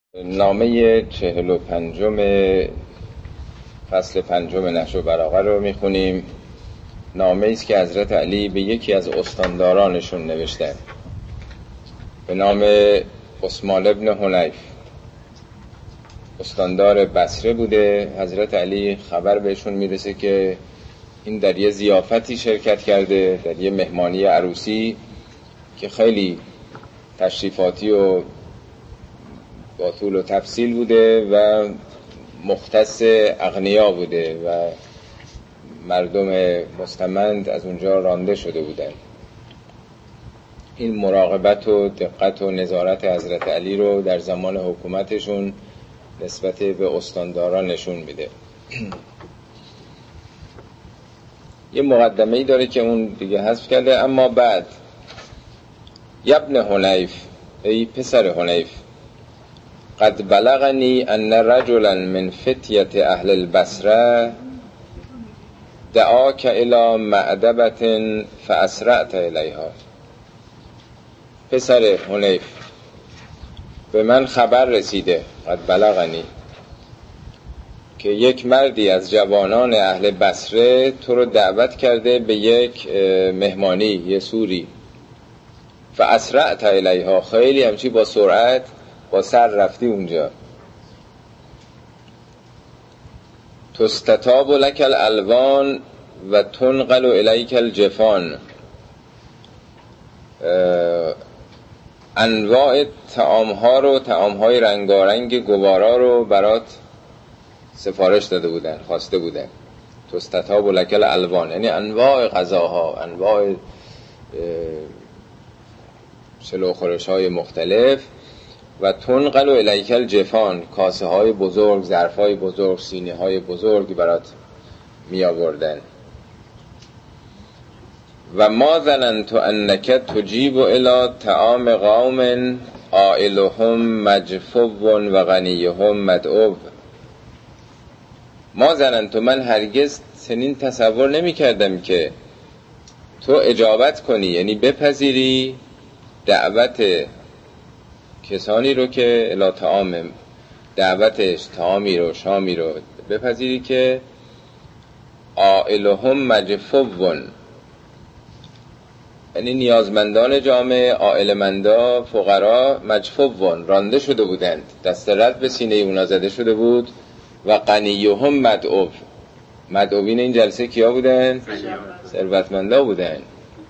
نامه 45 فصل 5 نهج البلاغه رو میخونیم. نامه ایست که حضرت علی به یکی از استاندارانشون نوشتن به نام عثمان ابن حنیف. استاندار بصره بوده. حضرت علی خبر بهشون میرسه که این در یه ضیافتی شرکت کرده، در یه مهمانی عروسی که خیلی تشریفاتی و با طول و تفصیل بوده و مختص اغنیا بوده و مردم مستمند از اونجا رانده شده بودن. این مراقبت و دقت و نظارت حضرت علی رو در زمان حکومتشون نسبت به استانداران نشون میده. یه مقدمه‌ای داره که اون دیگه حذف کرده. اما بعد ابن حنیف، ای پسر حنیف، قد بلغنی ان رجلا من فتیة اهل البصره دعاک الی معدبة فاسرعت الیها. پسر حنیف، به من خبر رسیده، قد بلغنی، که یک مردی از جوانان اهل بصره تو رو دعوت کرده به یک مهمانی، یه سوری. فاسرعت الیها، خیلی همچی با سرعت با سر رفتی اونجا. تستتاب لک الالوان و تنقل الیک الجفان. انواع طعام‌ها رو، طعام‌های رنگارنگ گوارا رو برات سفارش داده بودن، خواسته بودن. تستتاب لک الالوان یعنی انواع غذاها، انواع چلو خورش‌های مختلف. و تنقل الیک الجفان، کاسه های بزرگ، ظرف های بزرگ، سینه های بزرگ برات می آوردن. و ما ظننت انک تجیب الی طعام قوم عائلهم مجفو و غنیهم مدعو. ما ظننت، من هرگز چنین تصور نمی کردم که تو اجابت کنی، یعنی بپذیری دعوت کسانی رو که الی طعام، دعوتش طعامی رو، شامی رو بپذیری که عائلهم مجفون، یعنی نیازمندان جامعه، عائلمندا، فقرا، مجفون، رانده شده بودند، دست رد به سینه اونا زده شده بود. و غنیهم مدعو، مدعوین این جلسه کیا بودن؟ ثروتمندا بودن.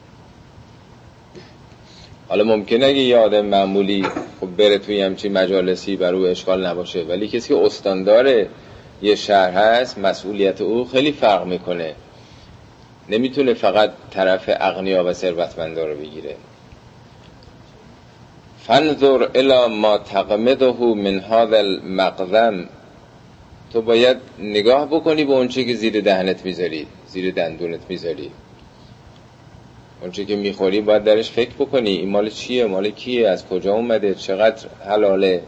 حالا ممکنه اگه یه آدم معمولی خب بره توی همچین مجالسی بر او اشکال نباشه، ولی کسی که استاندار یه شهر هست مسئولیت او خیلی فرق میکنه. نمیتونه فقط طرف اغنیا و ثروتمندا رو بگیره. فانظر الی ما تقمده من هذا المقدم، تو باید نگاه بکنی به اون چه که زیر دهنت میذاری، زیر دندونت میذاری. اون چه که میخوری باید درش فکر بکنی، این مال چیه، مال کیه، از کجا اومده، چقدر حلاله.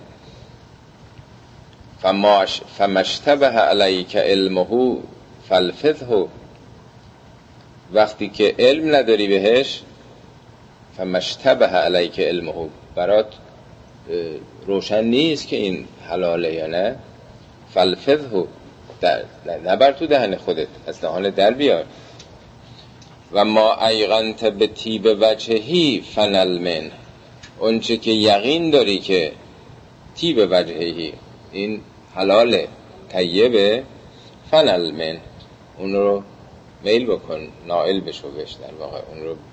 فمشتبه علیک علمه فالفظه، وقتی که علم نداری بهش، فمشتبه علیک علمه، برات روشن نیست که این حلاله یا نه، فالفظه، نبر تو دهن خودت، از دهان در بیار. و ما ایقنت به طیب وجهی فنل من، اون چه که یقین داری که طیب وجهی، این حلاله، طیبه، فنل من، اون رو میل بکن، نائل بشو بهش، در واقع اون رو.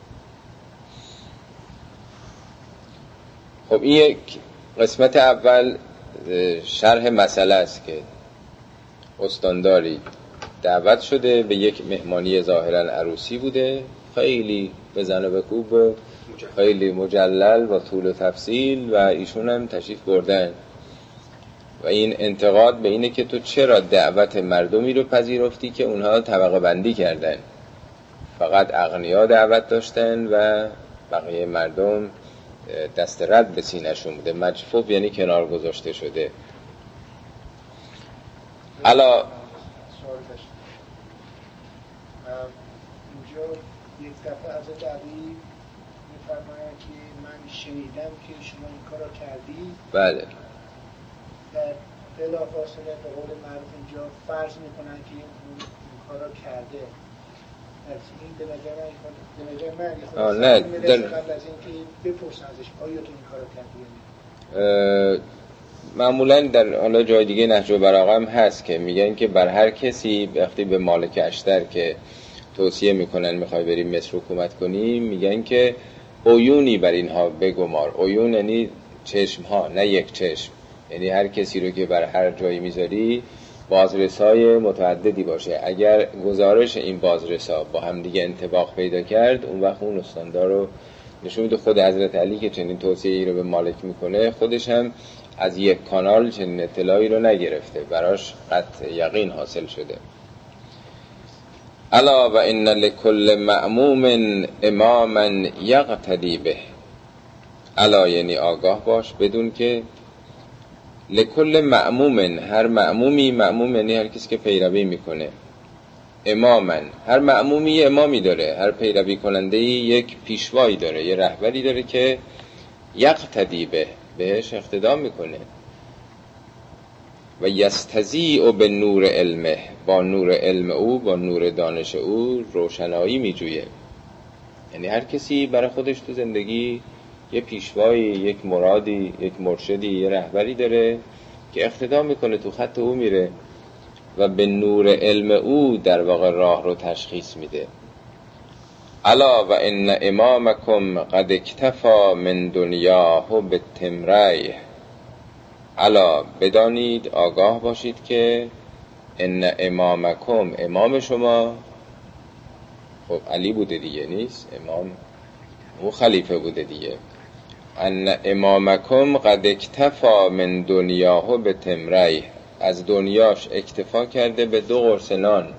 خب این یک قسمت اول شرح مسئله است که استانداری دعوت شده به یک مهمانی ظاهرا عروسی بوده، خیلی بزن و بکوب، خیلی مجلل با طول و تفصیل، و ایشون هم تشریف بردن. و این انتقاد به اینه که تو چرا دعوت مردمی رو پذیرفتی که اونها طبقه بندی کردن، فقط اغنیا دعوت داشتن و بقیه مردم دست رد به سینه‌شون بوده. مجفوف یعنی کنار گذاشته شده. الا اینجا یک دفعه حضرت علی میفرماید که من شنیدم که شما این کار رو کردی. بله. بلافاصله به قول معروف اینجا فرض میکنن که این کارا کرده. این به نظر من نه قبل از اینکه بپرسن ازش آیا تو این کارا کردی؟ معمولا در حالا جای دیگه نهج البلاغه هم هست که میگن که بر هر کسی وقتی به مالک اشتر که توصیه میکنن میخوای بریم مصر حکومت کنیم، میگن که عیونی بر اینها بگمار. عیون یعنی چشم ها، نه یک چشم. یعنی هر کسی رو که بر هر جایی میذاری بازرسای متعددی باشه. اگر گزارش این بازرسا با هم دیگه انطباق پیدا کرد، اون وقت اون استاندار رو نشون میده. خود حضرت علی که چنین توصیه‌ای رو به مالک میکنه، خودش هم از یک کانال چنین اطلاعی رو نگرفته، براش قطع یقین حاصل شده. الا و ان لکل مأموم اماما یقتدی به. الا یعنی آگاه باش، بدون که لکل مأموم، هر مأمومی، مأموم یعنی هر کسی که پیروی میکنه، اماما، هر مأمومی امامی داره، هر پیروی کننده‌ای یک پیشوایی داره، یه رهبری داره که یقتدی به، بهش اقتدا میکنه. و یستضیء به نور علمه، با نور علم او، با نور دانش او روشنایی میجویه. یعنی هر کسی برای خودش تو زندگی یه پیشوایی، یک مرادی، یک مرشدی، یه رهبری داره که اقتدا میکنه، تو خط او میره و به نور علم او در واقع راه رو تشخیص میده. الا و ان امامکم قد اکتفا من دنیاه بالتمریه. الا بدانید، آگاه باشید که ان امامکم، امام شما، خب علی بوده دیگه، نیست امام، او خلیفه بوده دیگه. ان امامکم قد اکتفا من دنیاه بالتمریه، از دنیاش اکتفا کرده به 2 قرص نان.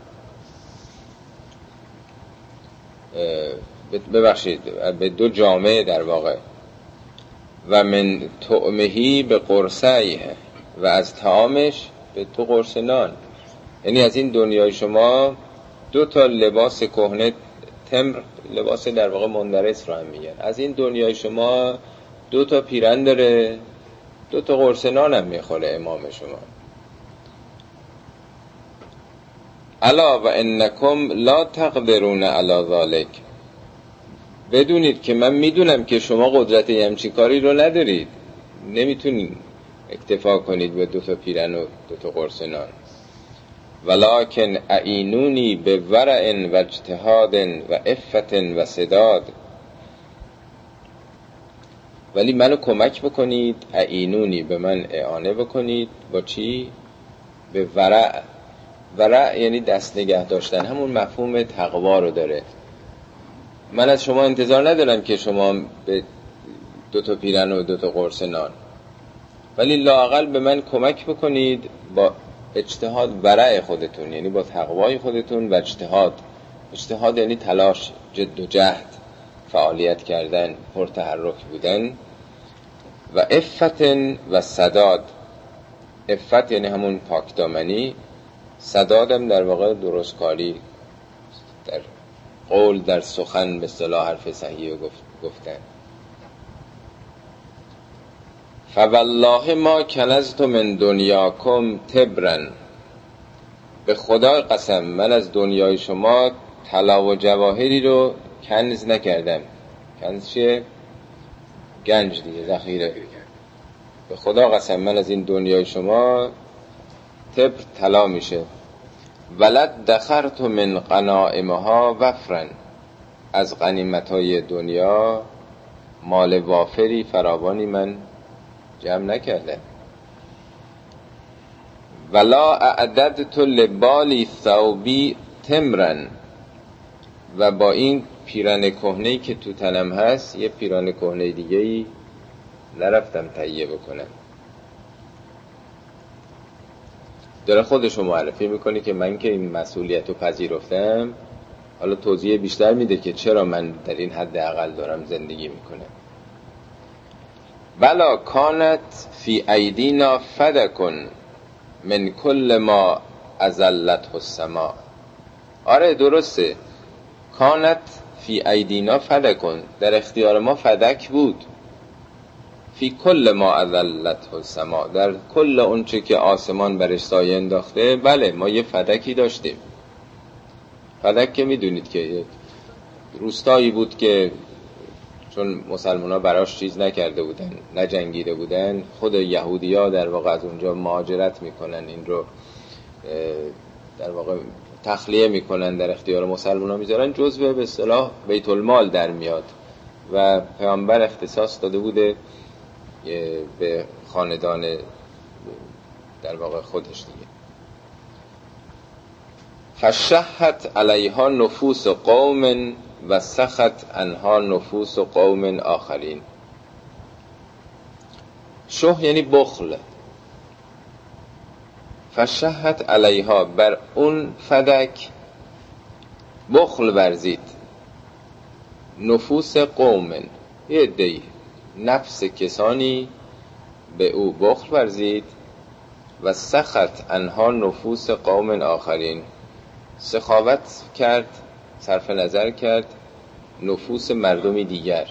ببخشید، به 2 جامعه در واقع. و من طعمهی به قرصیه، و از طعامش به 2 قرص نان. یعنی از این دنیای شما 2 تا لباس کهنه، تمر، لباس در واقع مندرس رو هم میگن. از این دنیای شما 2 تا پیرن داره، 2 تا قرص نان هم میخوره امام شما. الا و انکم لا تقدرون علی ذلک. بدونید که من میدونم که شما قدرت همچین کاری رو ندارید، نمیتونید اکتفا کنید به 2 تا پیرن و 2 تا قرص نان. ولکن اعینونی به ورع و اجتهاد و عفت و سداد. ولی منو کمک بکنید، اعینونی، به من اعانه بکنید. با چی؟ به ورع. ورع یعنی دست نگه داشتن، همون مفهوم تقوا رو داره. من از شما انتظار ندارم که شما به 2 تا پیرن و 2 تا قرص نان، ولی لااقل به من کمک بکنید با اجتهاد، ورع خودتون، یعنی با تقوای خودتون و اجتهاد. اجتهاد یعنی تلاش، جد و جهد، فعالیت کردن، پرتحرک بودن. و عفت و سداد. عفت یعنی همون پاکدامنی، سدادم در واقع درستکاری در قول، در سخن، به اصطلاح حرف صحیح گفتن. فوالله ما کنزت من دنیاکم تبرن. به خدا قسم من از دنیای شما طلا و جواهری رو کنز نکردم. کنز چیه؟ گنج دیگه، ذخیره. به خدا قسم من از این دنیای شما، تبر طلا میشه، ولد دخرت من غنائمها وفرن، از غنیمت‌های دنیا مال وافری فراوانی من جمع نکردم. ولا اعددت لبالی ثوبی تمرن، و با این پیرن کهنه‌ای که تو تنم هست یه پیرن کهنه دیگه‌ای نرفتم تهیه بکنم. داره خودشو معرفی میکنه که من که این مسئولیت رو پذیرفتم. حالا توضیح بیشتر میده که چرا من در این حد اقل دارم زندگی میکنم. بلا کانت فی ایدینا فدکن من کل ما ازلته السما. آره درسته، کانت فی ایدینا فدکن، در اختیار ما فدک بود. فی کل ما اذلته السما، در کل اون چه که آسمان برش سایه انداخته. بله ما یه فدکی داشتیم. فدک که میدونید که روستایی بود که چون مسلمان ها براش چیز نکرده بودن، نجنگیده بودن، خود یهودی ها در واقع از اونجا مهاجرت میکنن، این رو در واقع تخلیه میکنن، در اختیار مسلمان ها میذارن، جزء به اصطلاح بیت المال در میاد و پیامبر اختصاص داده بوده به خاندان در واقع خودش دیگه. فشحت علیها نفوس قوم و سخت عنها نفوس قوم آخرین. شح یعنی بخل. فشحت علیها، بر اون فدک بخل ورزید. نفوس قوم، یه عده‌ای، نفس کسانی به او بخل ورزید. و سخت عنها نفوس قوم آخرین، سخاوت کرد، صرف نظر کرد نفوس مردمی دیگر.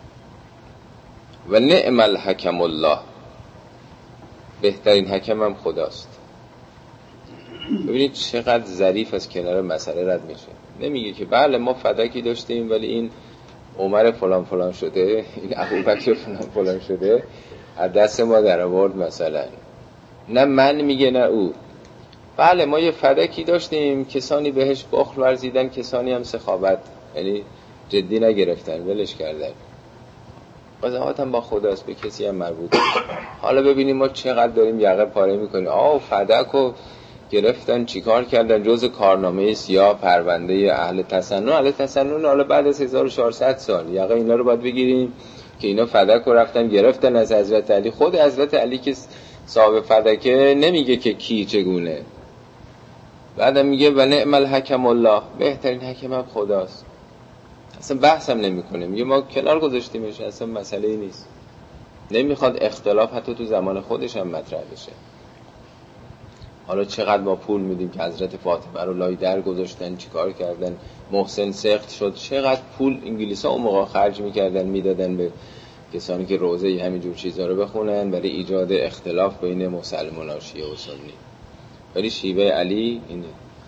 و نعم الحکم الله، بهترین حکم هم خداست. ببینید چقدر ظریف از کنار مسئله رد میشه. نمیگه که بله ما فدکی داشتیم ولی این عمر فلان فلان شده، این ابوبکر فلان فلان شده، از دست ما در آورد مثلا. نه من میگه نه او. بله ما یه فدکی داشتیم، کسانی بهش بخل ورزیدن، کسانی هم سخاوت، یعنی جدی نگرفتن، ولش کردن. قضاوت هم با خداست، به کسی هم مربوط. حالا ببینیم ما چقدر داریم یقه پاره میکنیم. فدکو گرفتن چیکار کردن؟ جز کارنامه سیاه پرونده اهل تسنن. اهل تسنن حالا بعد از 1400 سال یقه اینا رو باید بگیریم که اینا فدکو رفتن گرفتن از حضرت علی. خود حضرت علی که صاحب فدکه نمیگه که کی چگونه، بعدم میگه و نعم الحکم الله، بهترین حکم هم خداست. اصلا بحث هم نمی کنه، میگه ما کنار گذاشتیمش، اصلا مسئله ای نیست. نمیخواد اختلاف حتی تو زمان خودش هم مطرح بشه. حالا چقدر ما پول میدیم که حضرت فاطمه رو لای در گذاشتن، چیکار کردن، محسن سخت شد، چقدر پول انگلیسا اون موقع خرج میکردن میدادن به کسانی که روزه همینجور چیزا رو بخونن برای ایجاد اختلاف بین مسلمان شیعه و سنی. ولی شیوه علی اینه.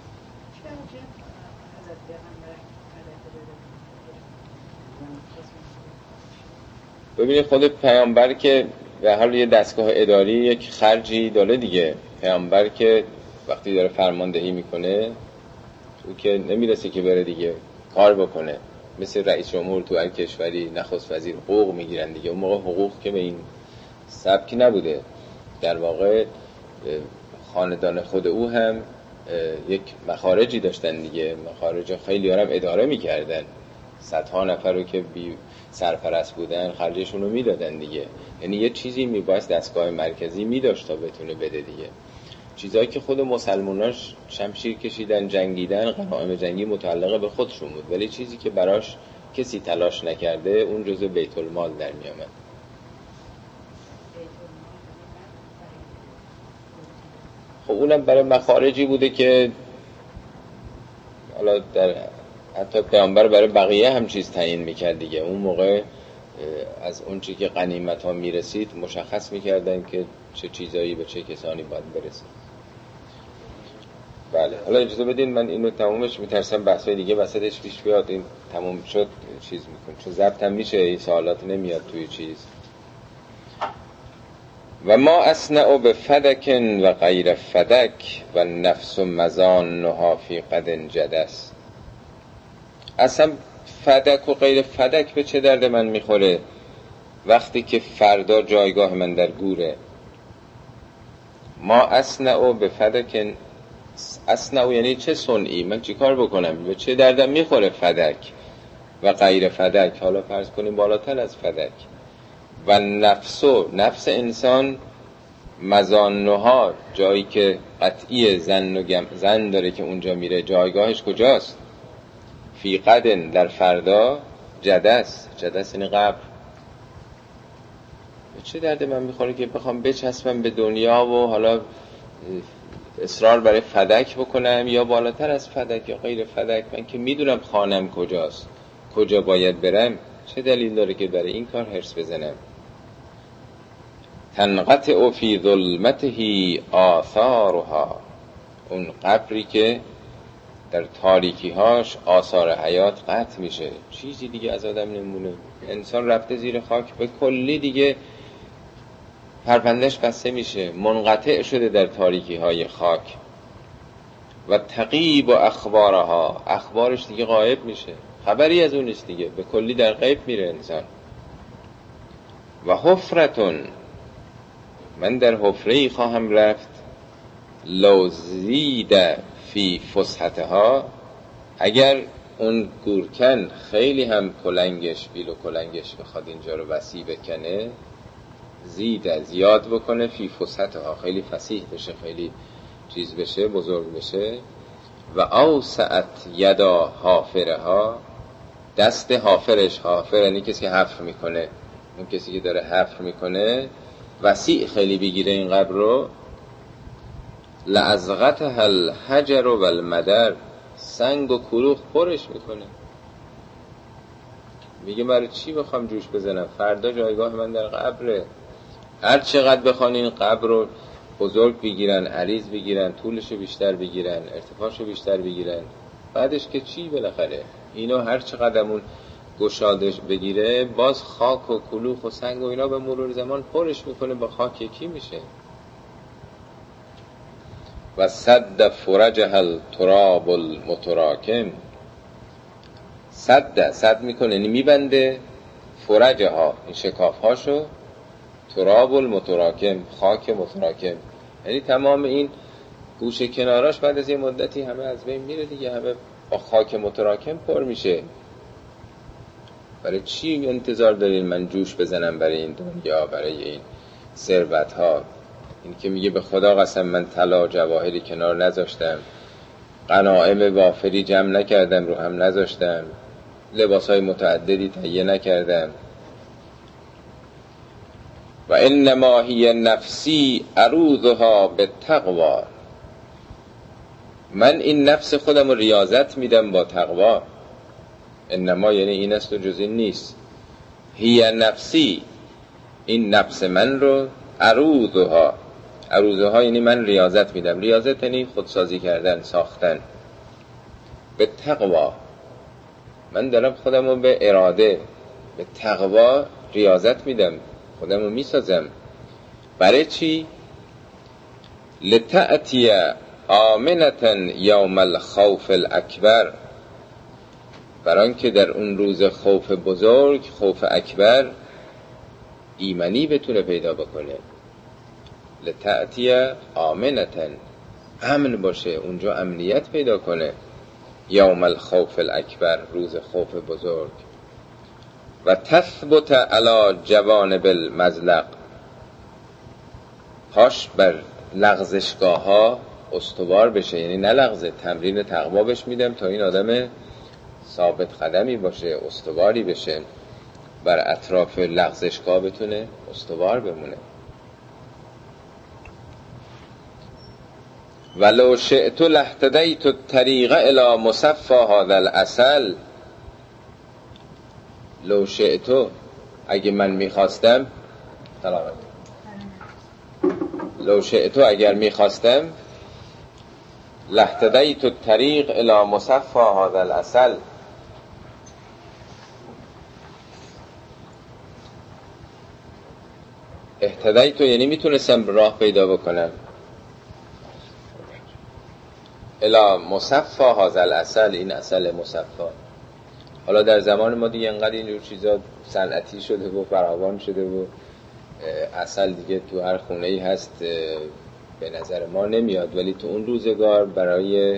ببینید خود پیامبر که به حال یه دستگاه اداری یک خرجی داره دیگه. پیامبر که وقتی داره فرماندهی میکنه تو که نمیرسه که بره دیگه کار بکنه، مثل رئیس جمهور تو هر کشوری نخست وزیر حقوق میگیرن دیگه. اون موقع حقوق که به این سبکی نبوده. در واقع خاندان خود او هم یک مخارجی داشتن دیگه، مخارج خیلی هم اداره میکردن، صدها نفر رو که بی سرپرست بودن خرجشون رو میدادن دیگه. یعنی یه چیزی میبایست دستگاه مرکزی میداشت تا بتونه بده دیگه. چیزایی که خود مسلماناش شمشیر کشیدن، جنگیدن، غنایم جنگی متعلقه به خودشون بود، ولی چیزی که براش کسی تلاش نکرده اون جزء بیت المال در میامد. خب اونم برای مخارجی بوده که حالا در حتی پیامبر برای بقیه هم چیز تعیین میکرد دیگه. اون موقع از اون چی که غنیمت ها میرسید مشخص میکردن که چه چیزایی به چه کسانی باید برسه. بله حالا اجازه بدین من اینو تمومش، میترسم بحثای دیگه وسطش پیش بیاد. این تموم شد چیز میکن، چون ضبط هم میشه، این سوالات نمیاد توی چیز. و ما اصنع به فدک و غیر فدک و نفس مزانها فی قد جدس. اصلا فدک و غیر فدک به چه درد من میخوره وقتی که فردا جایگاه من در گوره. ما اصنع به فدک، اصنع یعنی چه صنعی، من چی کار بکنم، به چه دردم میخوره فدک و غیر فدک. حالا فرض کنیم بالاتر از فدک. و نفس انسان مزانها، جایی که قطعی زن داره که اونجا میره، جایگاهش کجاست؟ فی قدن، در فردا، جدس یعنی قبر. چه درد من میخوره که بخوام بچسبم به دنیا و حالا اصرار برای فدک بکنم یا بالاتر از فدک یا غیر فدک. من که میدونم خانم کجاست، کجا باید برم، چه دلیل داره که برای این کار حرص بزنم؟ تنقطع فی ظلمته آثارها، اون قبری که در تاریکی هاش آثار حیات قطع میشه، چیزی دیگه از آدم نمونه، انسان رفته زیر خاک به کلی دیگه پرپندش بسته میشه، منقطع شده در تاریکی های خاک. و تغیب و اخبارها، اخبارش دیگه غایب میشه، خبری از اون نیست دیگه، به کلی در غیب میره انسان. و حفرتون، من در حفره‌ای خواهم رفت، لو زید فی فسحتها، اگر اون گورکن خیلی هم کلنگش، بیل و کلنگش بخواد اینجا رو وسیع بکنه، زید زیاد بکنه، فی فسحتها خیلی فسیح بشه، خیلی چیز بشه، بزرگ بشه. و اوسعت یدا حافرها، دست حافرش، حافر یعنی کسی که حفر میکنه، اون کسی که داره حفر میکنه وسیع خیلی بگیره این قبر رو، لازغتها الحجر و المدر، سنگ و کلوخ پرش میکنه. میگه برای چی بخوام جوش بزنم، فردا جایگاه من در قبره، هر چقدر بخوان این قبر رو بزرگ بگیرن، عریض بگیرن، طولشو بیشتر بگیرن، ارتفاعشو بیشتر بگیرن، بعدش که چی بالاخره اینا هر چقدرمون گشادش بگیره، باز خاک و کلوخ و سنگ و اینا به مرور زمان پرش میکنه، با خاک یکی میشه. و سد فرجها التراب المتراکم، سد میکنه یعنی میبنده، فرجها این شکاف هاشو، تراب المتراکم خاک متراکم، یعنی تمام این گوشه کناراش بعد از یه مدتی همه از بین میره دیگه، همه با خاک متراکم پر میشه. برای چی انتظار دارین من جوش بزنم برای این دنیا، برای این ثروت ها؟ این که میگه به خدا قسم من طلا جواهری کنار نذاشتم، غنایم وافری جمع نکردم رو هم نذاشتم، لباس های متعددی تهیه نکردم. و انما هی نفسی اروضها بالتقوا، من این نفس خودم رو ریاضت میدم با تقوا. انما یعنی این است و جز این نیست. هی نفسی، این نفس من رو، اروضها، اروضها یعنی من ریاضت میدم، ریاضت یعنی خودسازی کردن، ساختن. به تقوا، من دارم خودم رو به اراده، به تقوا ریاضت میدم، خودم رو میسازم. برای چی؟ لتأتی آمنة یوم الخوف الاکبر، برای آنکه در اون روز خوف بزرگ، خوف اکبر، ایمنی بتونه پیدا بکنه. لتأتی آمنة، امن باشه اونجا، امنیت پیدا کنه. یوم الخوف الاکبر، روز خوف بزرگ. و تثبت علی جوانب المزلق، پاش بر لغزشگاه ها استوار بشه، یعنی نلغزه. تمرین تقوا بهش میدم تا این آدم ثابت قدمی باشه، استواری بشه، بر اطراف لغزشگاه بتونه استوار بمونه. ولو شئت لاهتدیت الطریق الی مصفى هذا العسل، لو شئت، اگه من میخواستم، لو شئت اگر میخواستم، لاهتدیت الطریق الی مصفى هذا العسل، اهتدیت یعنی میتونستم راه پیدا بکنم، الی مصفى هذا العسل، این عسل مصفى. حالا در زمان ما دیگه انقدر این چیزا صنعتی شده و فراوان شده و عسل دیگه تو هر خونه‌ای هست، به نظر ما نمیاد، ولی تو اون روزگار برای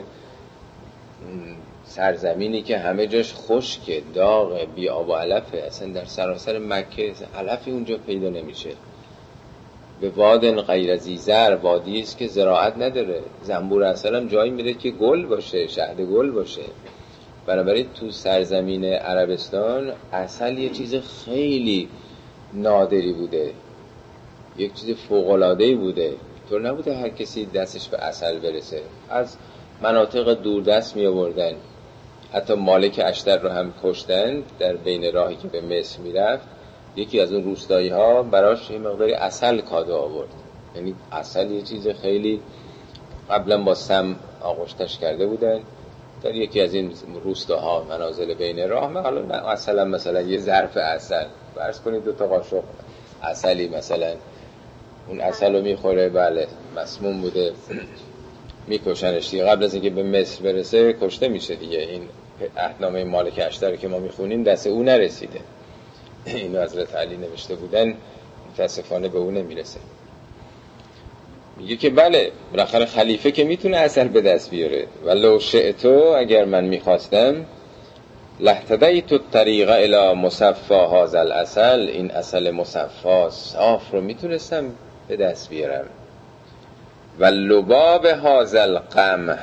سرزمینی که همه جاش خشکه، داغ، بی آب و علفه، اصلا در سراسر مکه علفی اونجا پیدا نمیشه. به وادن غیر ذی زرع، وادی است که زراعت نداره، زنبور عسل هم جایی میره که گل باشه، شهد گل باشه. بنابراین تو سرزمین عربستان عسل یه چیز خیلی نادری بوده، یک چیز فوق‌العاده‌ای بوده. طور نبوده هر کسی دستش به عسل برسه، از مناطق دوردست می آوردن. حتی مالک اشتر رو هم کشتن در بین راهی که به مصر میرفت، یکی از اون روستایی ها براش یه مقداری عسل کادو آورد. یعنی عسل یه چیز خیلی قبلا با سم آغشتش کرده بودن در یکی از این روستاها منازل بین راه. حالا عسل هم مثلا یه ظرف عسل فرض کنید 2 تا قاشق عسلی مثلا، اون عسل رو میخوره، بله مسموم بوده، میکشنش دیگه. قبل از اینکه به مصر برسه کشته میشه دیگه. این عهدنامه مالک اشتر که ما میخونیم دست او نرسیده، اینو حضرت علی نوشته بودن، متاسفانه به او نمیرسه. میگه که بله بالاخره خلیفه که میتونه عسل به دست بیاره. ولو شئتو، اگر من میخواستم، لهتدیت الطریق الی مصفا هذا العسل، این عسل مصفا صاف رو میتونستم به دست بیارم. و لباب هذا القمح،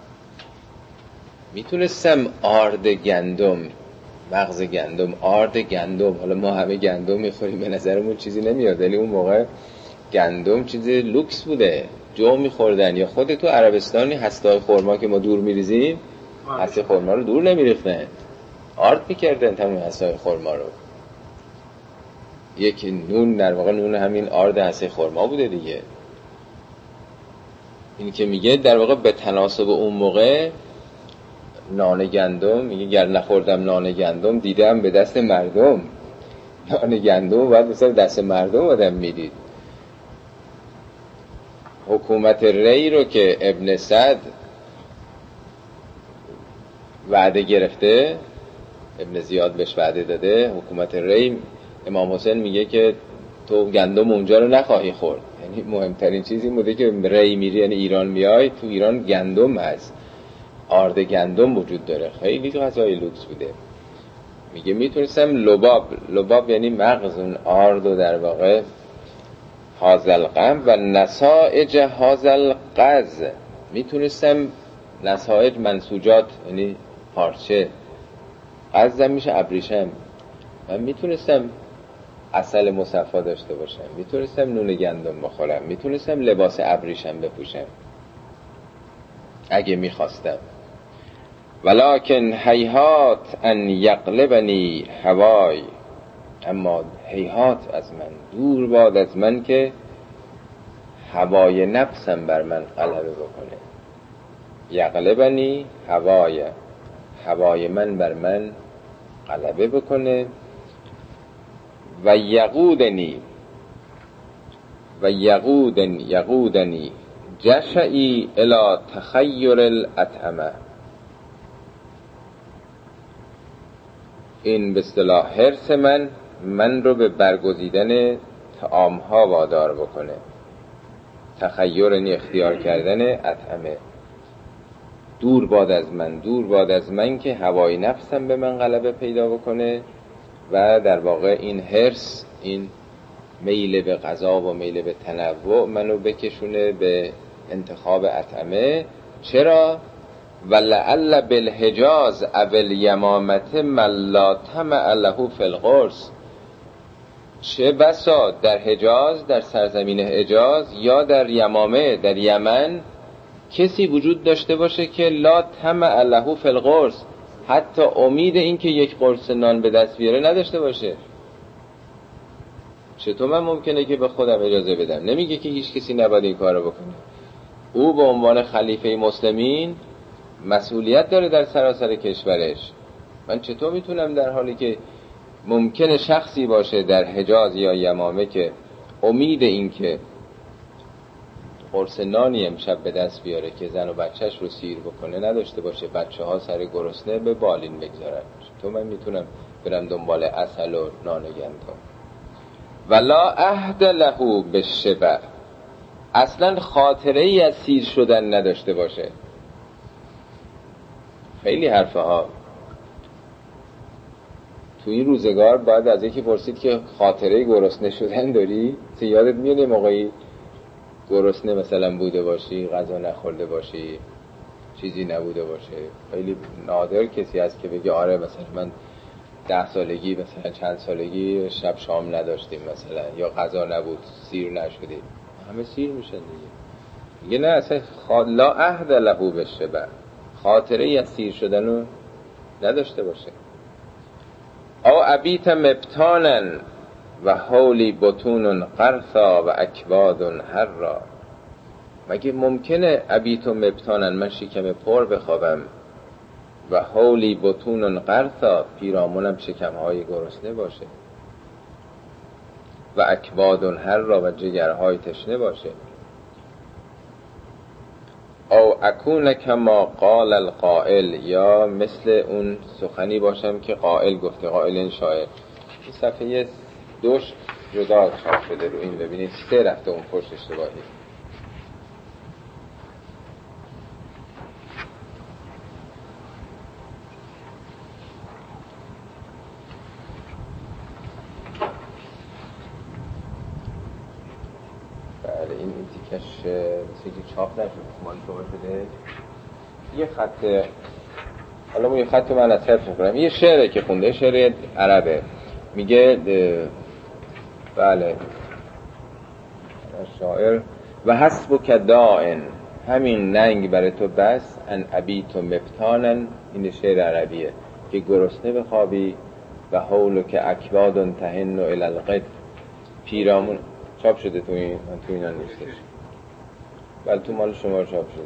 میتونستم آرد گندم، مغز گندم، آرد گندم. حالا ما همه گندم میخوریم به نظرمون چیزی نمیاد، ولی اون موقع گندم چیز لوکس بوده، جو میخوردن. یا خود تو عربستانی هسته‌های خرما که ما دور میریزیم، هسته خرما رو دور نمیریختن، آرد میکردن تمام هسته‌های خرما رو. یک نون در واقع نون همین آرد هسته خرما بوده دیگه. این که میگه در واقع به تناسب اون موقع نان گندم، میگه گر نخوردم نان گندم دیدم به دست مردم. نان گندم باید مثلا دست مردم آدم میدید. حکومت ری رو که ابن سعد وعده گرفته، ابن زیاد بهش وعده داده، حکومت ری، امام حسین میگه که تو گندم اونجا رو نخواهی خورد. یعنی مهمترین چیزی بوده که ری میری، یعنی ایران میای، تو ایران گندم هست، آرد گندم وجود داره، خیلی غذای لوکس بوده. میگه میتونستم لباب یعنی مغز اون آرد و در واقع هازل قم و نسائج هازل قز، میتونستم نسائج منسوجات یعنی پارچه، قزم میشه ابریشم، من میتونستم عسل مصفا داشته باشم، میتونستم نون گندم بخورم، میتونستم لباس ابریشم بپوشم اگه میخواستم. ولکن هیهات ان یقلبنی هوای، اما هیهات از من، دور باد از من که هوای نفسم بر من غلبه بکنه. یقلبنی هوای، هوای من بر من غلبه بکنه. و یقودنی جشعی الی تخیر الاطعمه، این به اصطلاح حرص من رو به برگزیدن طعام‌ها وادار بکنه. تخیر یعنی اختیار کردن اطعمه. دور باد از من که هوای نفسم به من غلبه پیدا بکنه و در واقع این حرص، این میل به غذا و میل به تنوع منو بکشونه به انتخاب اطعمه. چرا؟ ولعل بالحجاز اول یمامت ملا طمع له فی القرص، چه بسا در حجاز، در سرزمین حجاز یا در یمامه، در یمن، کسی وجود داشته باشه که لا طمع له فی القرص، حتی امید این که یک قرص نان به دست بیاره نداشته باشه. چطور من ممکنه که به خودم اجازه بدم؟ نمیگه که هیچ کسی نباید این کارو بکنه. او به عنوان خلیفه مسلمین مسئولیت داره در سراسر کشورش. من چطور میتونم در حالی که ممکنه شخصی باشه در حجاز یا یمامه که امید این که قرص نانی امشب به دست بیاره که زن و بچهش رو سیر بکنه نداشته باشه، بچه ها سر گرسنه به بالین بگذارن، چطور من میتونم برم دنبال عسل و نان گندم؟ ولا عهد له بالشبع، اصلا خاطره ای از سیر شدن نداشته باشه. خیلی حرفه ها تو این روزگار باید از یکی پرسید که خاطره گرسنه شدن داری؟ تو یادت میاد موقعی گرسنه مثلا بوده باشی، غذا نخورده باشی، چیزی نبوده باشه؟ خیلی نادر کسی هست که بگه آره مثلا من 10 سالگی مثلا چند سالگی شب شام نداشتیم مثلا، یا غذا نبود سیر نشدیم. همه سیر میشن دیگه. میگه نه اصلا لا عهد له بالشبع، خاطره ای از سیر شدن رو نداشته باشه. او ابیت مبتانن و حولی بطون قرثا و اکباد حرا. مگه ممکنه ابیت مبتانن، من شکم پر بخوابم، و حولی بطون قرثا، پیرامونم شکمهای گرسنه باشه، و اکباد حرا، و جگرهای تشنه باشه. او اکون کما قال القائل، یا مثل اون سخنی باشم که قائل گفته. قائل این شاعر. این صفحه 2 جدا چاپ شده رو این، ببینید 3 رفته اون پشت اشتباهی. بله این تیکش مثل که چاپ نشده، مال شما شده یه خط. حالا یه خط من از حفظ میکنم. یه شعره که خونده، شعر عربه، میگه بله شاعر و حسبک دائن، همین ننگ برای تو بس، ان ابیت مبتانن، این شعر عربیه، که گرسنه بخوابی، و حولک اکباد تهن الی القد، پیرامون. چاپ شده تو این، من تو اینا نیستش. بله تو مال شما چاپ شده.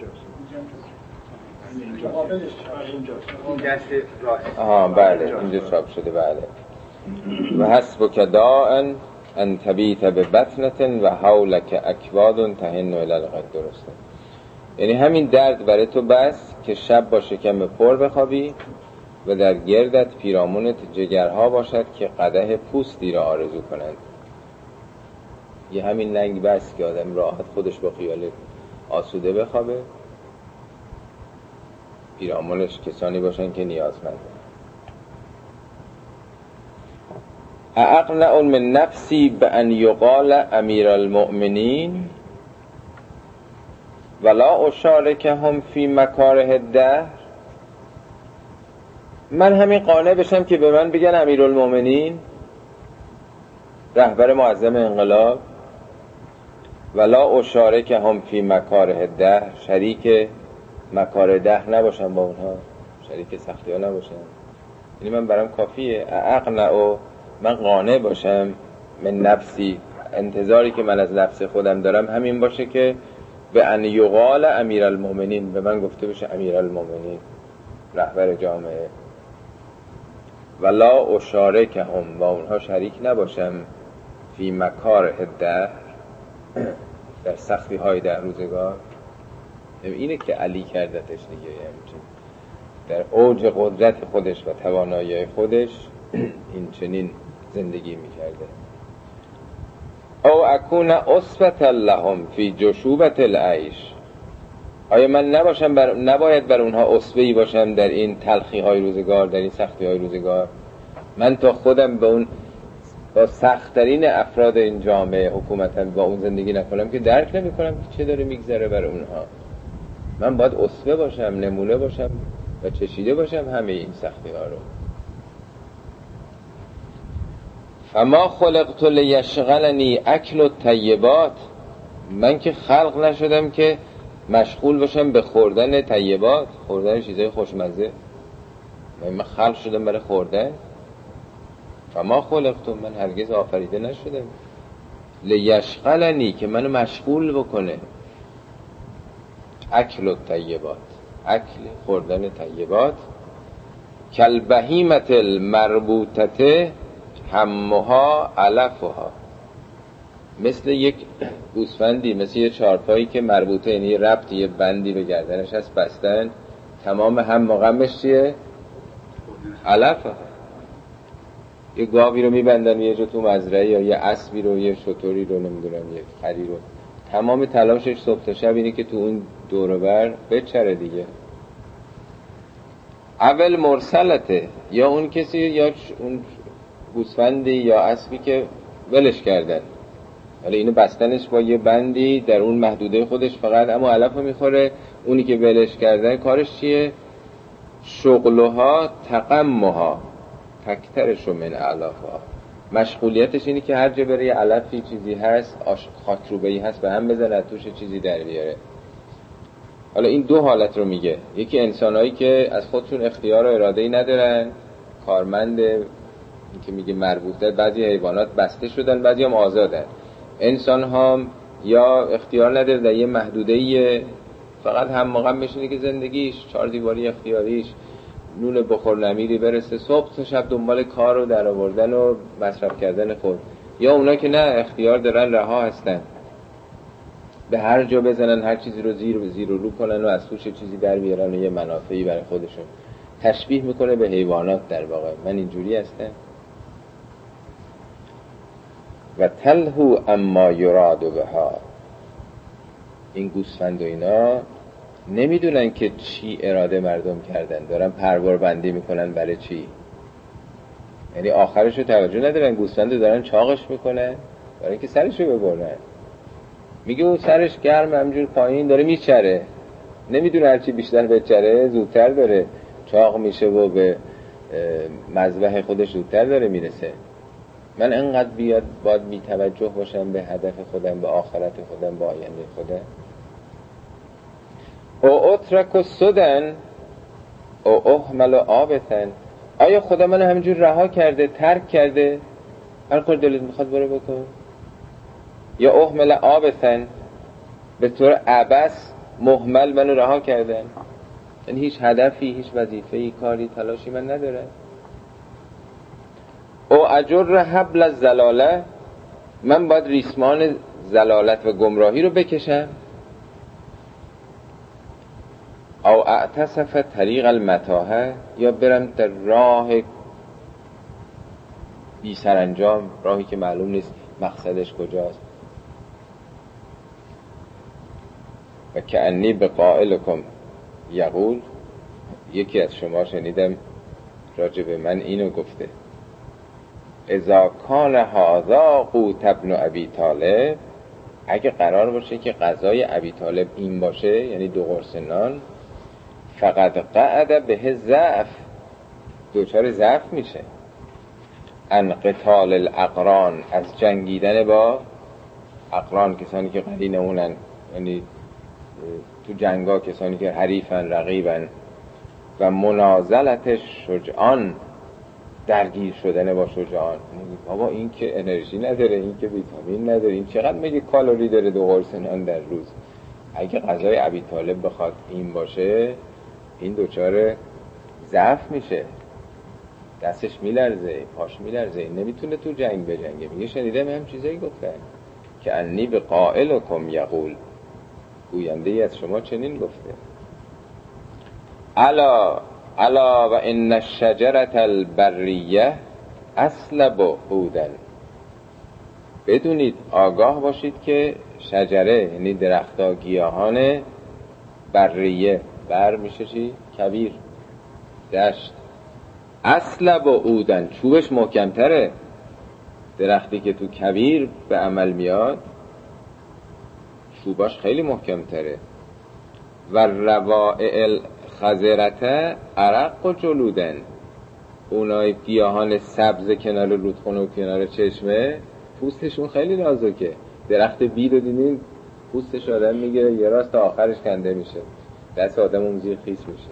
این دست راه. آها بله اینجا چاپ شده. بله و حسبک دائن ان تبیت ببطنة و حولک اکباد تهن الی القد. درسته، یعنی همین درد برای تو بس که شب با شکم پر بخوابی و در گردت پیرامونت جگرها باشد که قدح پوستی را آرزو کنند. یه همین ننگ بس که آدم راحت خودش با خیال آسوده بخوابه، پیرامونش کسانی باشن که نیازمند. اقنع من نفسی بان یقال امیر المؤمنین ولا اشارکهم فی مکاره الدهر. من همین قانع بشم که به من بگن امیر المؤمنین، رهبر معظم انقلاب، ولا اشارکهم فی مکاره الدهر، شریک مکاره دهر نباشم با اونها، شریک سختی ها نباشم. یعنی من برام کافیه اقنع، من قانع باشم من نفسی، انتظاری که من از نفس خودم دارم همین باشه که به ان یقال امیر المؤمنین، به من گفته بشه امیر المؤمنین، رهبر جامعه. ولا اشارکهم، با اونها شریک نباشم، فی مکاره الدهر، در سختی های در روزگار. اینه که علی کردتش دیگه، همچنین در اوج قدرت خودش و توانایی خودش این چنین زندگی میکرده. او اکون اسوة لهم فی جشوبة العیش، آیا من نباید بر اونها اسوه‌ای باشم در این تلخی های روزگار، در این سختی های روزگار؟ من تا خودم به اون با سخت‌ترین افراد این جامعه حکومتاً با اون زندگی نکنم که درک نمی‌کنم که چه داره میگذره بر اونها. من باید اسوه باشم، نمونه باشم و چشیده باشم همه این سختی ها رو. فما خلقت لیشغلنی اکل الطیبات، من که خلق نشدم که مشغول باشم به خوردن طیبات، خوردن چیزای خوشمزه. من خلق شدم برای خوردن. فما خلقت، من هرگز آفریده نشدم لیشغلنی، که منو مشغول بکنه. اکل الطیبات، اکل خوردن طیبات. کل بهیمت المربوطته همها علفها، مثل یک گوسفندی، مثل یه چارپایی که مربوطه، یعنی ربط، یه بندی به گردنش هست بستن، تمام هم و غمش چیه؟ علفها. یه گاوی رو میبندن یه جا تو مزرعه، یا یه اسبی رو، یه شتری رو، نمیدونم یه خری رو، تمام تلاشش صبح تا شب اینه که تو اون دور و بر بچره دیگه. اول مرسلته، یا اون کسی، یا اون گوسفندی یا اسبی که ولش کردن، ولی اینو بستنش با یه بندی در اون محدوده خودش فقط اما علف رو میخوره. اونی که ولش کردن کارش چیه؟ شغلها تقمها تکترشو من علفها، مشغولیتش اینه که هر جا بره یه علفی چیزی هست، خاکروبه‌ای هست، به هم بزنه توش چیزی در بیاره. حالا این دو حالت رو میگه، یکی انسانایی که از خودشون اختیار و اراده‌ای ندارن، کارمند این که میگه مربوطه، بعضی حیوانات بسته شدن، بعضی هم آزادن. انسان ها یا اختیار نداره، در یه محدوده‌ای فقط هم موقع بشینه که زندگیش 4 دیواری اختیاریش، نون بخور نمیری برسه، صبح تا شب دنبال کار و در آوردن و مصرف کردن خود. یا اونا که نه، اختیار دارن، رها هستن، به هر جا بزنن، هر چیزی رو زیر و رو کنن و از توش چیزی در بیارن و یه منافعی برای خودشون. تشبیه میکنه به حیوانات در واقع. من اینجوری هستم. و تلهو اما یراد بها، این گوسفند و اینا نمیدونن که چی اراده مردم کردن، دارن پروار بندی میکنن برای چی. یعنی آخرشو توجه ندارن، گوسفند رو دارن چاقش میکنن برای اینکه سرشو ببرن. میگه اون سرش گرم همجور پایین داره میچره، نمیدونه هرچی بیشتر بچره زودتر داره چاق میشه و به مذبح خودش زودتر داره میرسه. من انقدر باید بی توجه باشم به هدف خودم، به آخرت خودم، به آینده خودم. او اترک و سدن او احمل و آبتن، آیا خدا من همینجور رها کرده، ترک کرده، هر کار دلت میخواد برو بکن؟ یا احمل آبتن، به طور عبث مهمل منو رها کردن، یعنی هیچ هدفی، هیچ وظیفه‌ای، کاری، تلاشی من نداره. او اجر حبل الضلاله، من باید ریسمان ضلالت و گمراهی رو بکشم. او اعتصف طریق المتاهه، یا برم در راه بی سرانجام، راهی که معلوم نیست مقصدش کجاست. و کأنی بقائلکم یقول، یکی از شما شنیدم راجع به من اینو گفته: اذا کان هذا قوت ابن ابی طالب، اگه قرار باشه که غذای ابی طالب این باشه، یعنی 2 قرص نان، فقط قعد به ضعف، دوچار ضعف میشه. ان قتال الاقران، از جنگیدن با اقران، کسانی که قرین اونن، یعنی تو جنگا کسانی که حریفن، رقیبن. و منازلت شجعان، درگیر شدن با شجعان. بابا این که انرژی نداره، این که ویتامین نداره، این چقدر میگه کالری داره 2 قرص نان در روز. اگه غذای ابی طالب بخواد این باشه، این دوچار ضعف میشه، دستش میلرزه، پاش میلرزه، این نمیتونه تو جنگ بجنگه. میگه شنیدم هم چیزایی گفتن که انی به قائلکم یقول، گوینده ای از شما چنین گفته: الا و ان الشجرة البریه اصلب عودن، بدونید، آگاه باشید که شجره، یعنی درخت‌ها، گیاهان بریه، بر میشه چی؟ کویر، دشت. اصلب عودن، چوبش محکم‌تره. درختی که تو کویر به عمل میاد چوباش خیلی محکم‌تره. و روائع الخضرته عرق و جلودن، اونای گیاهان سبز کنار رودخونه و کنار چشمه پوستشون خیلی نازکه. درخت بید رو دیدین پوستش آدم میگیره یه راست تا آخرش کنده میشه، دست آدم اون زیر خیس میشه.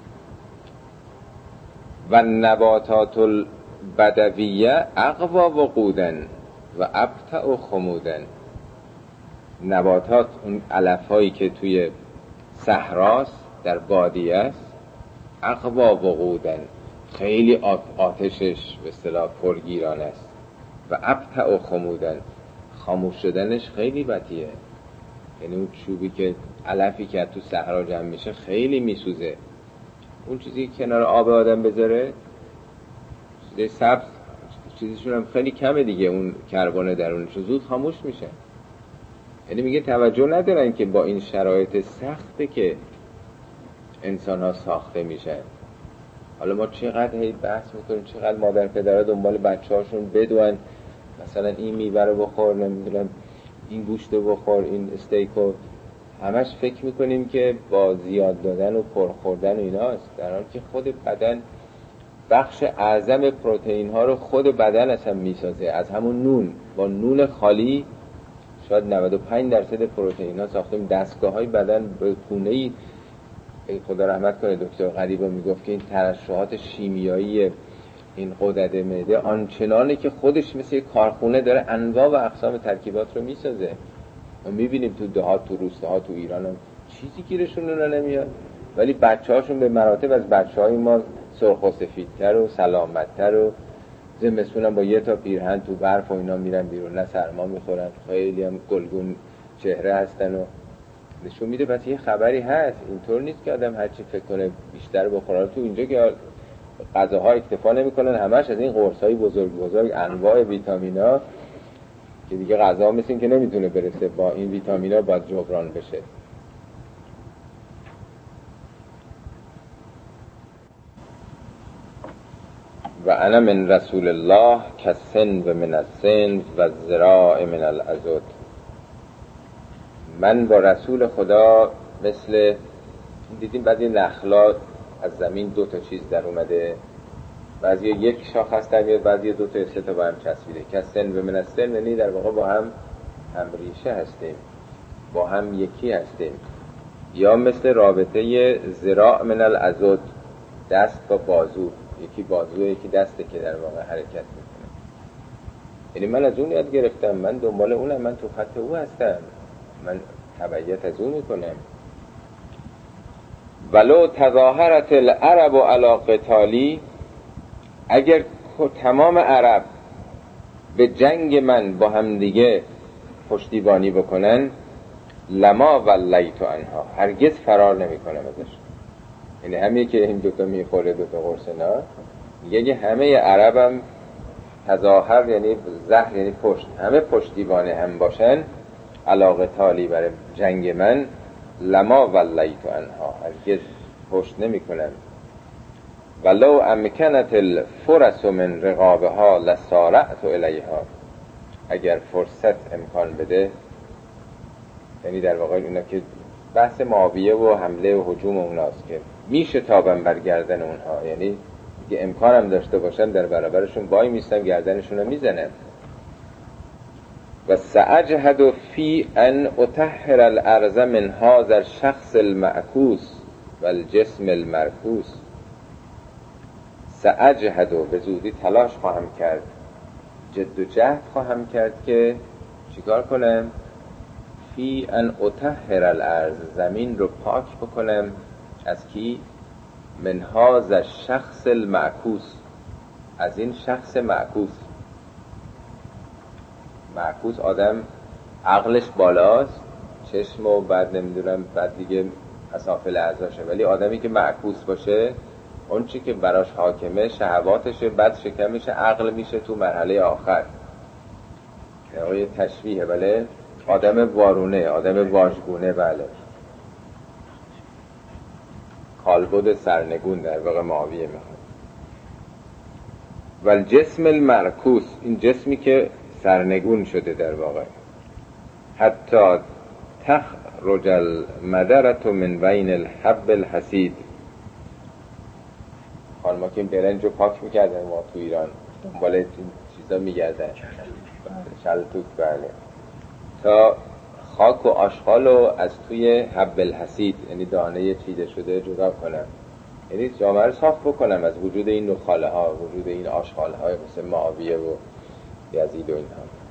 و نباتات البدویه اقوا و قودن و ابتع و خمودن، نباتات، اون علف هایی که توی صحراست، در بادیه است، اقوا و قودن، خیلی آتشش به اصطلاح پرگیران است. و ابتع و خمودن، خاموش شدنش خیلی بطیه. یعنی اون چوبی که علفی که تو صحرا جمع میشه خیلی میسوزه، اون چیزی که کنار آب آدم بذاره چیزی سبز، چیزیشون هم خیلی کمه دیگه، اون کربن درونش زود خاموش میشه. یعنی میگه توجه ندارن که با این شرایط سخته که انسان ها ساخته میشن. حالا ما چقدر هی بحث میکنیم، چقدر مادر پدرها دنبال بچه هاشون بدون، مثلا این میوه رو بخور، نمیدونم این گوشت رو بخور، این استیک رو، همش فکر میکنیم که با زیاد دادن و پرخوردن و ایناست، در حالی که خود بدن بخش اعظم پروتئین ها رو خود بدن اصلا میسازه. از همون نون، با نون خالی شاید 95% پروتئین ها ساختیم. دستگاه های بدن به گونه‌ای، خدا رحمت کنه دکتر غریبا میگفت که این ترشحات شیمیایی این غدد معده آنچنانه که خودش مثل کارخونه داره انواع و اقسام ترکیبات رو میسازه. ما میبینیم تو دهات، تو روستاها، تو ایران هم چیزی گیرشون رو نمیاد، ولی بچه‌هاشون به مراتب از بچه‌های ما سرخ و سفیدتر و سلامت‌تر و زمستون هم با یه تا پیرهن تو برف و اینا میرن بیرون، نه سرما میخورن، خیلی هم گلگون چهره هستن و نشون میده پس یه خبری هست. اینطور نیست که آدم هرچی فکر کنه بیشتر بخوره. تو اینجا که غذاها اکتفا نمیکنن، همش از این قرصای بزرگ بزرگ انواع ویتامینا که دیگه غذا مثل این که نمیتونه برسه، با این ویتامینا باید جبران بشه. و انا من رسول الله کسن و من السن و ذراع من العضد. من با رسول خدا مثل دیدیم بعضی نخلا از زمین 2 تا چیز در اومده، بعضی یک شاخ هست در میاد، بعضی 2 تا 3 تا با هم چسبیده. کسن و من السن یعنی در واقع با هم ریشه هستیم، با هم یکی هستیم. یا مثل رابطه ذراع من العضد، دست با بازو، یکی بازو یکی دسته که در واقع حرکت میکنه. یعنی من از اون یاد گرفتم، من دنبال اونم، من تو خط او هستم، من تبعیت از اون میکنم. ولو تظاهرت العرب علی قتالی، اگر تمام عرب به جنگ من با هم دیگه پشتیبانی بکنن، لما ولیت عنها، هرگز فرار نمیکنم ازش. یعنی همین که این 2 تا میخوره 2 تا قرص نه، یعنی همه عربم تظاهر یعنی زهر یعنی پشت، همه پشتیبان هم باشن علاقه تالی برای جنگ من، لما ولیت عنها، هرگز پشت نمی کنم. ولو امکنت الفرس من رقابها لسارعت الیها، اگر فرصت امکان بده، یعنی در واقع اونا که بحث معاویه و حمله و هجوم اوناست که میشه تابم بر گردن اونها، یعنی که امکانم داشته باشم در برابرشون وای میستم گردنشون رو میزنم. و سأجهد فی ان اطهر الارض من هذا الشخص المعکوس و الجسم المرکوس. سأجهد، به زودی تلاش خواهم کرد، جد و جهد خواهم کرد که چیکار کنم؟ فی ان اطهر الارض، زمین رو پاک بکنم از کی؟ من هذا الشخص المعکوس، از این شخص معکوس. معکوس آدم عقلش بالاست، چشم و بعد نمیدونم بعد دیگه اسافل اعضاشه، ولی آدمی که معکوس باشه اون چی که براش حاکمه شهواتشه، بعد شکمش عقل میشه تو مرحله آخر. یه تشبیه، بله، آدم وارونه، آدم واژگونه، بله، کالبد سرنگون در واقع معاویه میخواد. و الجسم المرکوس، این جسمی که سرنگون شده در واقع. حتی تخرج المدرة من بین الحب الحسید. خانما که این برنج رو پاک میکردن ما تو ایران، دنبال این چیزا میگردن، شلتوک، بله، تا خاک و آشغال رو از توی حب الحسید یعنی دانه چیده شده جدا کنم، یعنی جامعه رو صاف بکنم از وجود این نخاله ها، وجود این آشغال های مثل معاویه و یزید و اینها.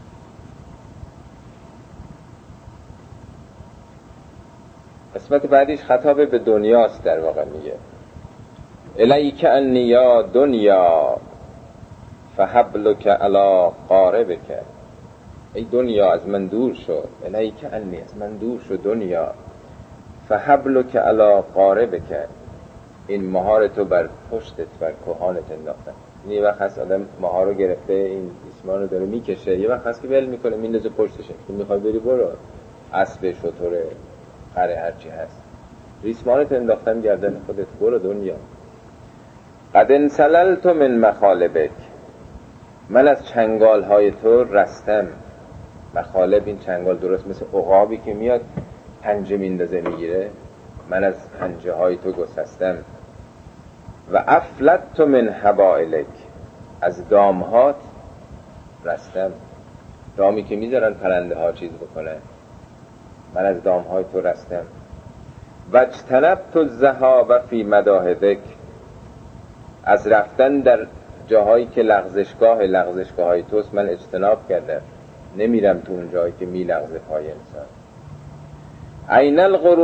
قسمت بعدیش خطاب به دنیاست در واقع، میگه الیک انی یا دنیا فحبلک علی قاربک. ای دنیا از من دور شو، الیک انی از من دور شو دنیا، فحبلک علی قاربک، این مهار تو بر پشتت بر کهانت انداختن. یه وقت هست آدم مهار رو گرفته این ریسمان رو داره میکشه، یه وقت هست که ول میکنه میندازه پشتشه، تو میخوای بری برو، اسب شتر خره هرچی هست، ریسمانت انداختن گردن خودت، برو دنیا. قد انسللت من مخالبک، من از چنگال های تو رستم. مخالب این چنگال درست مثل عقابی که میاد پنجه میندازه میگیره، من از پنجه های تو گسستم. و افلت من حبائلک، از دامهات رستم، دامی که میذارن پرنده ها چیز بکنن، من از دامهای تو رستم. و اجتنبت الذهاب فی مداحدک، از رفتن در جاهایی که لغزشگاه های توست من اجتناب کردم، نمیرم تو اون جایی که میلغزه پای انسان. این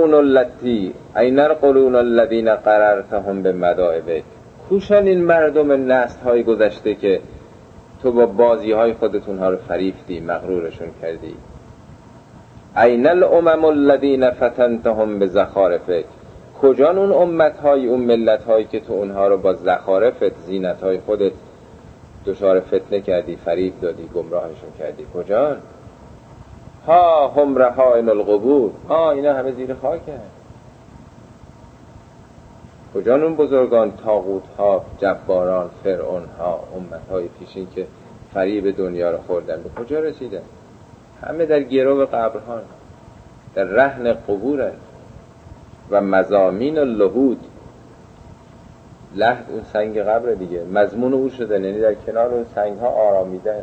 القرون الذین قررتهم بمدائبک، کوشن این مردم نسل های گذشته که تو با بازی های خودتون ها رو فریفتی، مغرورشون کردی. این الامم الذین فتنتهم بزخارفک، کجان اون امت های، اون ملت هایی که تو اونها رو با زخارفت، زینت های خودت دچار فتنه کردی، فریب دادی، گمراهشون کردی؟ کجان؟ ها هم رهائن القبور، اینا همه زیر خاکه. کجان اون بزرگان، طاغوت ها، جباران، فرعون ها، امت های پیشین که فریب دنیا رو خوردن، به کجا رسیدن؟ همه در گرو قبرها، در رهن قبورن. و مزامین اللحود، لحد اون سنگ قبر دیگه، مضمون او شدن، یعنی در کنار اون سنگ ها آرامیدن.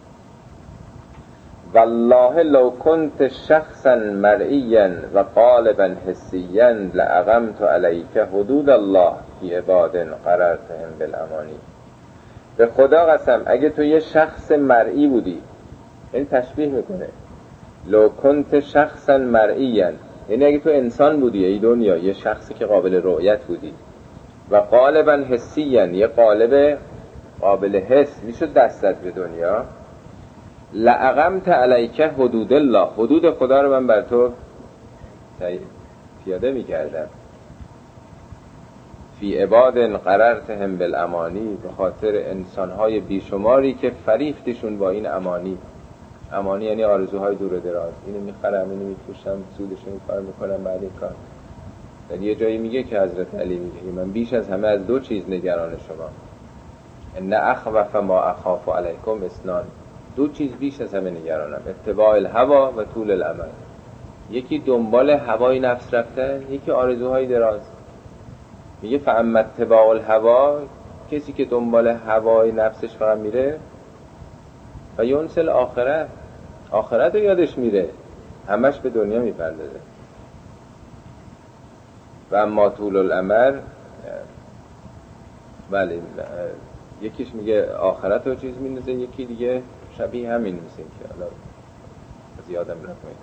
والله لو كنت شخصا مرئيا و قالبا حسيا لاقمت عليك حدود الله في عباد قررتهم بالامانی. به خدا قسم اگه تو یه شخص مرئی بودی، این تشبیه میکنه، لو كنت شخصا مرئيا، یعنی اگه تو انسان بودی ای دنیا، یه شخصی که قابل رؤیت بودی، و قالبا حسيا، یه قالب قابل حس، میشد دستت به دنیا، لاقمت علیک حدود الله، حدود خدا رو من بر تو پیاده میکردم. فی عباد قررتهم بالامانی، به خاطر انسانهای بیشماری که فریفتشون با این امانی. امانی یعنی آرزوهای دور و دراز، اینو میخرم، اینو میفروشم، سودشو این کار میکنم، بعد این کار. در یه جایی میگه که حضرت علی میگه من بیش از همه از دو چیز نگران شما، ان اخوف ما اخاف علیکم اثنان، دو چیز بیش از همه نگرانم، اتباع الهوا و طول الامل. یکی دنبال هوای نفس رفتن، یکی آرزوهای دراز. میگه فاما اتباع الهوا، کسی که دنبال هوای نفسش فقط میره، و ینسل آخرت، آخرت رو یادش میره، همش به دنیا میپردازه. و اما طول الامل، ولی یکیش میگه آخرت رو چیز میندازه، یکی دیگه شبیه همین میسیم که حالا زیادم نکنید.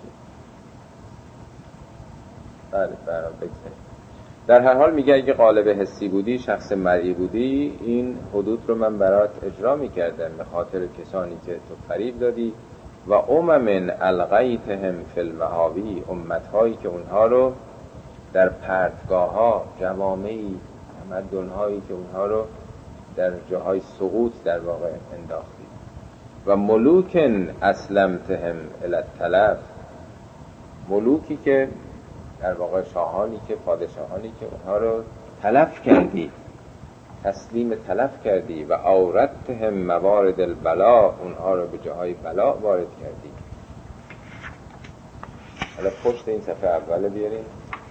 بله برام بگذاریم. در هر حال میگه اگه قالب حسی بودی، شخص مرئی بودی، این حدود رو من برات اجرا میکردم به خاطر کسانی که تو فریب دادی. و امم القیتهم فی المهاوی، امتهایی که اونها رو در پرتگاه ها، جوامعی، تمدن‌هایی که اونها رو در جاهای سقوط در واقع انداختی. و ملوکن اسلمتهم الی التلف، ملوکی که در واقع شاهانی که، پادشاهانی که اونها رو تلف کردی، تسلیم تلف کردی. و اوردتهم موارد البلا، اونها رو به جاهای بلا وارد کردی. حالا پشت این صفحه اول بیاریم،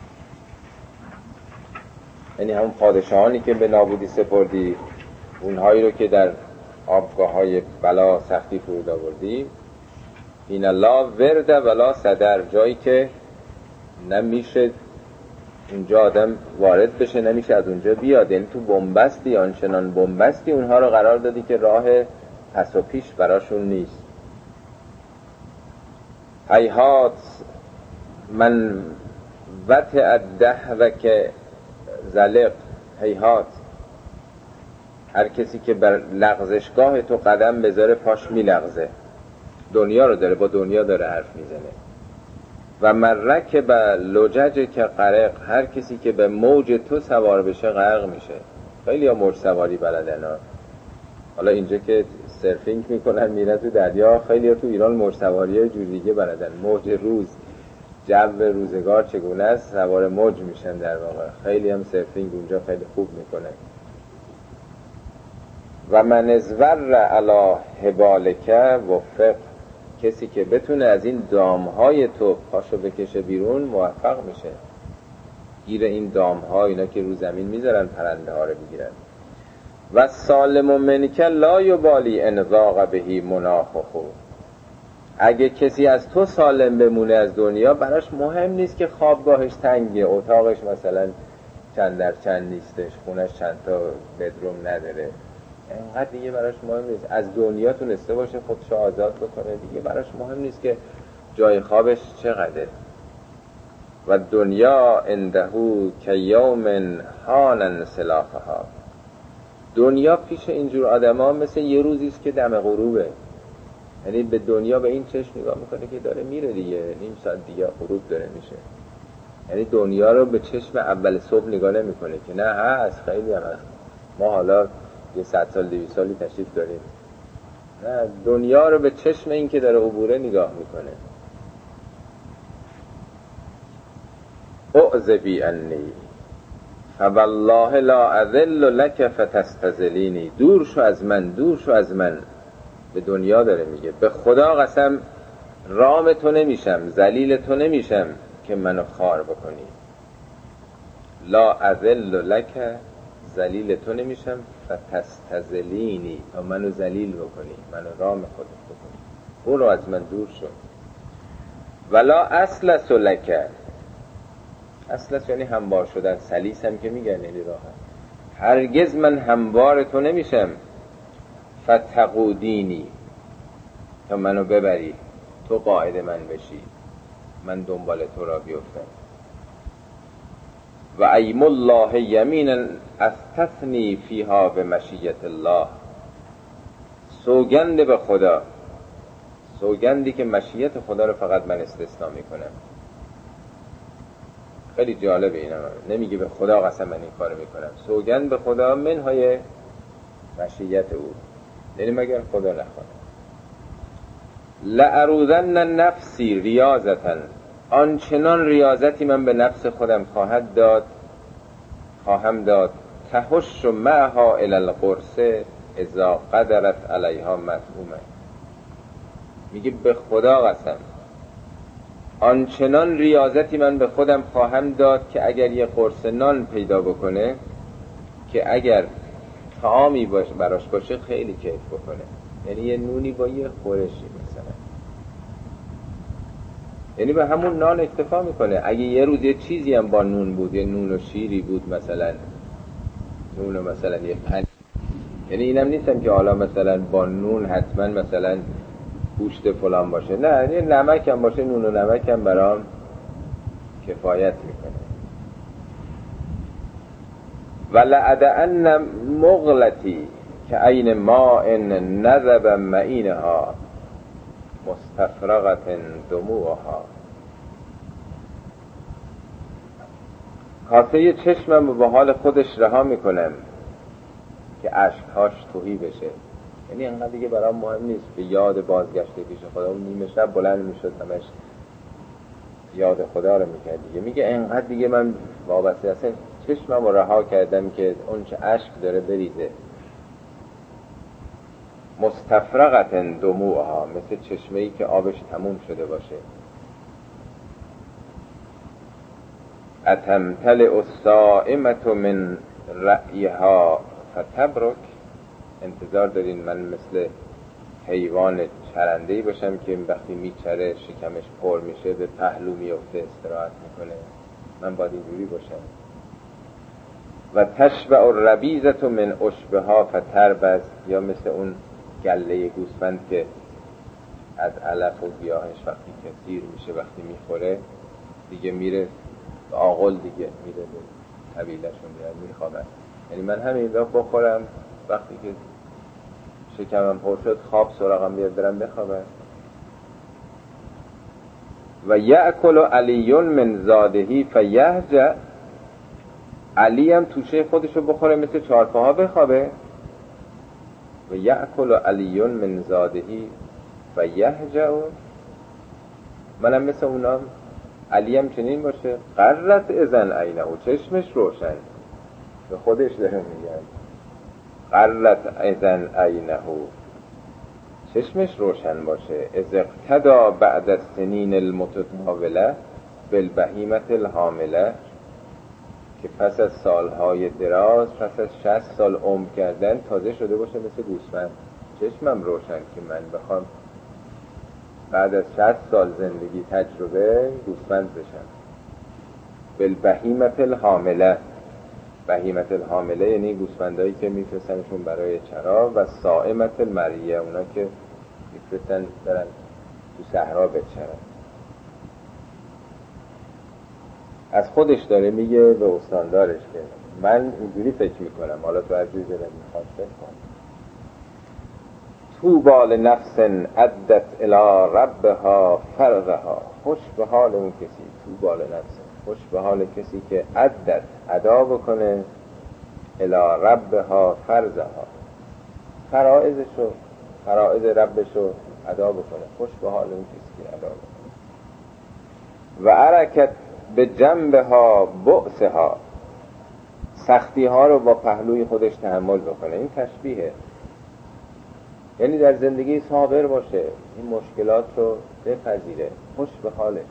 یعنی همون پادشاهانی که به نابودی سپردی، اونهایی رو که در آبگاه های بلا سختی فرود آوردی. این الله ورد ولا صدر، جایی که نمیشه اونجا آدم وارد بشه، نمیشه از اونجا بیاد، یعنی تو بنبستی، آنچنان بنبستی اونها رو قرار دادی که راه پس و پیش براشون نیست. هیهات من وطع الدهر که زلق، هیهات، هر کسی که بر لغزشگاه تو قدم بذاره پاش میلغزه، دنیا رو داره، با دنیا داره حرف میزنه. و مرک به لجج که غرق، هر کسی که به موج تو سوار بشه غرق میشه. خیلی ها موج سواری بلدن ها. حالا اینجا که سرفینگ میکنن میرن تو دریا، خیلی ها تو ایران موج سواری های جور دیگه بلدن، موج روز، جو روزگار چگونه است، سوار موج میشن در واقع. خیلی هم سرفینگ اونجا خیلی خوب میکنن. و من ازور علی حبالک وفق، کسی که بتونه از این دامهای تو پاشو بکشه بیرون موفق میشه. گیر این دامها، اینا که رو زمین میذارن پرنده ها رو بگیرن. و سالم منک لا یبالی ان ضاق بهی مناخه، اگه کسی از تو سالم بمونه از دنیا، براش مهم نیست که خوابگاهش تنگه، اتاقش مثلا چند در چند نیستش، خونش چند تا بدروم نداره، انقدر دیگه براش مهم نیست. از دنیا تونسته باشه خودشو آزاد بکنه، دیگه براش مهم نیست که جای خوابش چقدره. و دنیا اندهو که یوم حانن سلاخها، دنیا پیش اینجور آدم ها مثل یه روزیست که دم غروبه. یعنی به دنیا به این چشم نگاه میکنه که داره میره دیگه، نیم ساعت دیگه غروب داره میشه. یعنی دنیا رو به چشم اول صبح نگاه نمیکنه که نه هست، خیلی هم هست، ما حالا یه 100 سال 200 سالی تشریف داریم. نه، دنیا رو به چشم این که داره عبوره نگاه میکنه. اعذبی انی فوالله لا اذل لک فتستذلینی، دور شو از من، دور شو از من. به دنیا داره میگه به خدا قسم رام تو نمیشم، ذلیل تو نمیشم که منو خار بکنی. لا اذل لک، ذلیل تو نمیشم، فتستذلینی، تا منو ذلیل بکنی، منو رام خودت بکنی. برو از من دور شو. ولا اصلس لک، اصلس یعنی هموار شدن، سلیس هم که میگن یعنی راحت. هرگز من هموار تو نمیشم، فتقودینی، تا منو ببری، تو قائد من بشی، من دنبال تو را بیفتم. و ایم الله یمینا استثنی فیها به مشیت الله، سوگند به خدا، سوگندی که مشیت خدا رو فقط من استثنا میکنم. خیلی جالبه اینا، نمیگه به خدا قسم من این کارو میکنم، سوگند به خدا منهای مشیت او، یعنی مگر خدا نخواد. لأروذن نفسی ریاضتا، آنچنان ریاضتی من به نفس خودم خواهم داد تهش معها الی القرص اذا قدرت علیها مطعومه. میگه به خدا قسم آنچنان ریاضتی من به خودم خواهم داد که اگر یه قرص نان پیدا بکنه، که اگر طعامی براش باشه خیلی کیف بکنه، یعنی یه نونی با یه خورشی مثلا، یعنی به همون نان اکتفا میکنه. اگه یه روز یه چیزی هم با نون بود، یه نون و شیری بود مثلا، نون و مثلا یه پنیر، یعنی اینم نیستم که حالا مثلا با نون حتما مثلا گوشت فلان باشه، نه، یه نمک هم باشه، نون و نمک هم برام کفایت میکنه. ولعدأن مغلطی که عین ماء نذب معینها مستفرغت دموعها، کاسه چشمم به حال خودش رها میکنم که اشکهاش تهی بشه. یعنی انقدر دیگه برام مهم نیست به یاد بازگشته پیش خدا. اون نیمه شب بلند میشد همش یاد خدا رو میکرد دیگه. میگه انقدر دیگه من وابسته اصلا چشمم رو رها کردم که اون چه اشک داره بریزه. مستفرغت دموعها، مثل چشمه‌ای که آبش تموم شده باشه. اتمتلئ الصائمة من رأیها فتبرک، انتظار دارین من مثل حیوان چرنده‌ای باشم که وقتی میچره شکمش پر میشه به پهلو میفته استراحت میکنه؟ من باید اینجوری باشم. و تشبع الربیزة من عشبها فتربز، یا مثل اون گله گوسفند که از علف و گیاهش وقتی که سیر میشه وقتی میخوره دیگه میره آغل، دیگه میره به طویلشون میخوابن. یعنی من همین وقت بخورم وقتی که شکمم پر شد خواب سراغم بیاد برم بخوابم. و یأکل علی من زادهی فیهجع، علی هم توشه خودشو بخوره مثل چارپاها بخوابه. و یأکل علی من زادهی فیهجع، منم مثل اونام علی هم چنین باشه. قرت اذن عینه، چشمش روشن، به خودش داره میگن قرت اذن عینه، چشمش روشن باشه. اذ اقتدا بعد السنین المتطاوله بالبهیمة الحامله، که پس از سالهای دراز، پس از 60 سال عمر کردن تازه شده باشه مثل گوسفند. چشمم روشن که من بخوام بعد از 60 سال زندگی تجربه گوسفند بشم. بالبهیمة الحامله، بهیمت الحامله یعنی گوسفندایی که میفرستنشون برای چرا، و صائمت المریه اونا که میفرستن برن تو صحرا بچرن. از خودش داره میگه به استاندارش که من اینجوری فکر میکنم، حالا تو هر جوری دلت میخواد فکر کن. طوبی لنفس عدت الی ربها فرضها، خوش به حال اون کسی، طوبی لنفس، خوش به حال کسی که عدت ادا بکنه الی ربها فرضها، فرائضشو، فرائض ربشو ادا بکنه. خوش به حال اون کسی که ادا بکنه. و عرکت به جنبها بؤسها، سختی ها رو با پهلوی خودش تحمل بکنه. این تشبیهه، یعنی در زندگی صابر باشه، این مشکلات رو بپذیره، خوش به حالش.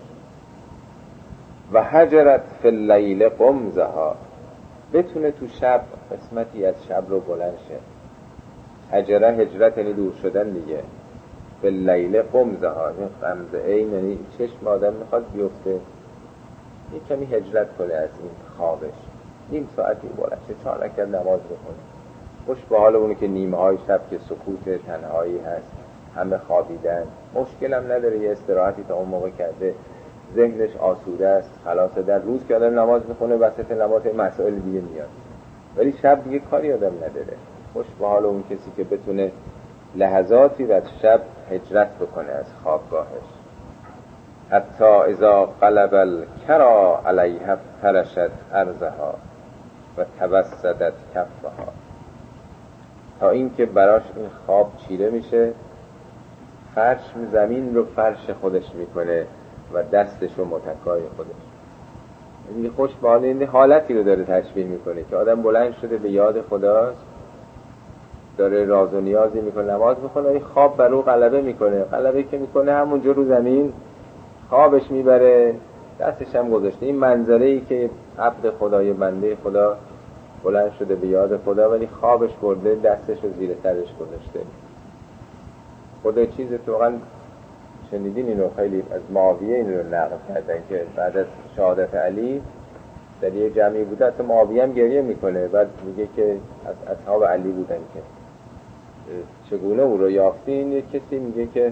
و هجرت فی اللیل قمزها، بتونه تو شب قسمتی از شب رو بلند شه. هجره، هجرت یعنی دور شدن دیگه. فی اللیل قمزها، این قمزه این یعنی چشم آدم میخواد بیفته، این کمی هجرت کنه از این خوابش، نیم ساعتی بلند شه، 4 رکعت نماز بخونه. خوش به حال اونه که نیمه های شب که سکوت تنهایی هست، همه خوابیدن، مشکل هم نداره، یه استراحتی تا اون موقع کرده، ذهنش آسوده است، خلاصه. در روز که آدم نماز میخونه وسط نماز مسائل دیگه میاد، ولی شب دیگه کاری آدم نداره. خوش به حال اون کسی که بتونه لحظاتی از شب هجرت بکنه از خوابگاهش. حتی اذا قلب الکرا علیها فرشت ارضها و توسدت کفها، تا این که براش این خواب چیره میشه، فرش زمین رو فرش خودش میکنه و دستش رو متکای خودش. یعنی خوش به حال این حالتی رو داره تشبیه میکنه که آدم بلند شده به یاد خداست، داره راز و نیازی میکنه، نماز میخونه، این خواب بر او غلبه میکنه. غلبه که میکنه همونجا رو زمین خوابش میبره، دستش هم گذاشته. این منظره‌ای که عبد خدای بنده خدا بلند شده به یاد خدا ولی خوابش برده، دستش رو زیر سرش گذاشته. خدا چیز تو واقعا شنیدین اینو، خیلی از معاویه این رو نقل کردن که بعد از شهادت علی در یه جمعی بوده، حتی معاویه هم گریه میکنه، بعد میگه که از اصحاب علی بودن که چگونه او رو یافتین. یک کسی میگه که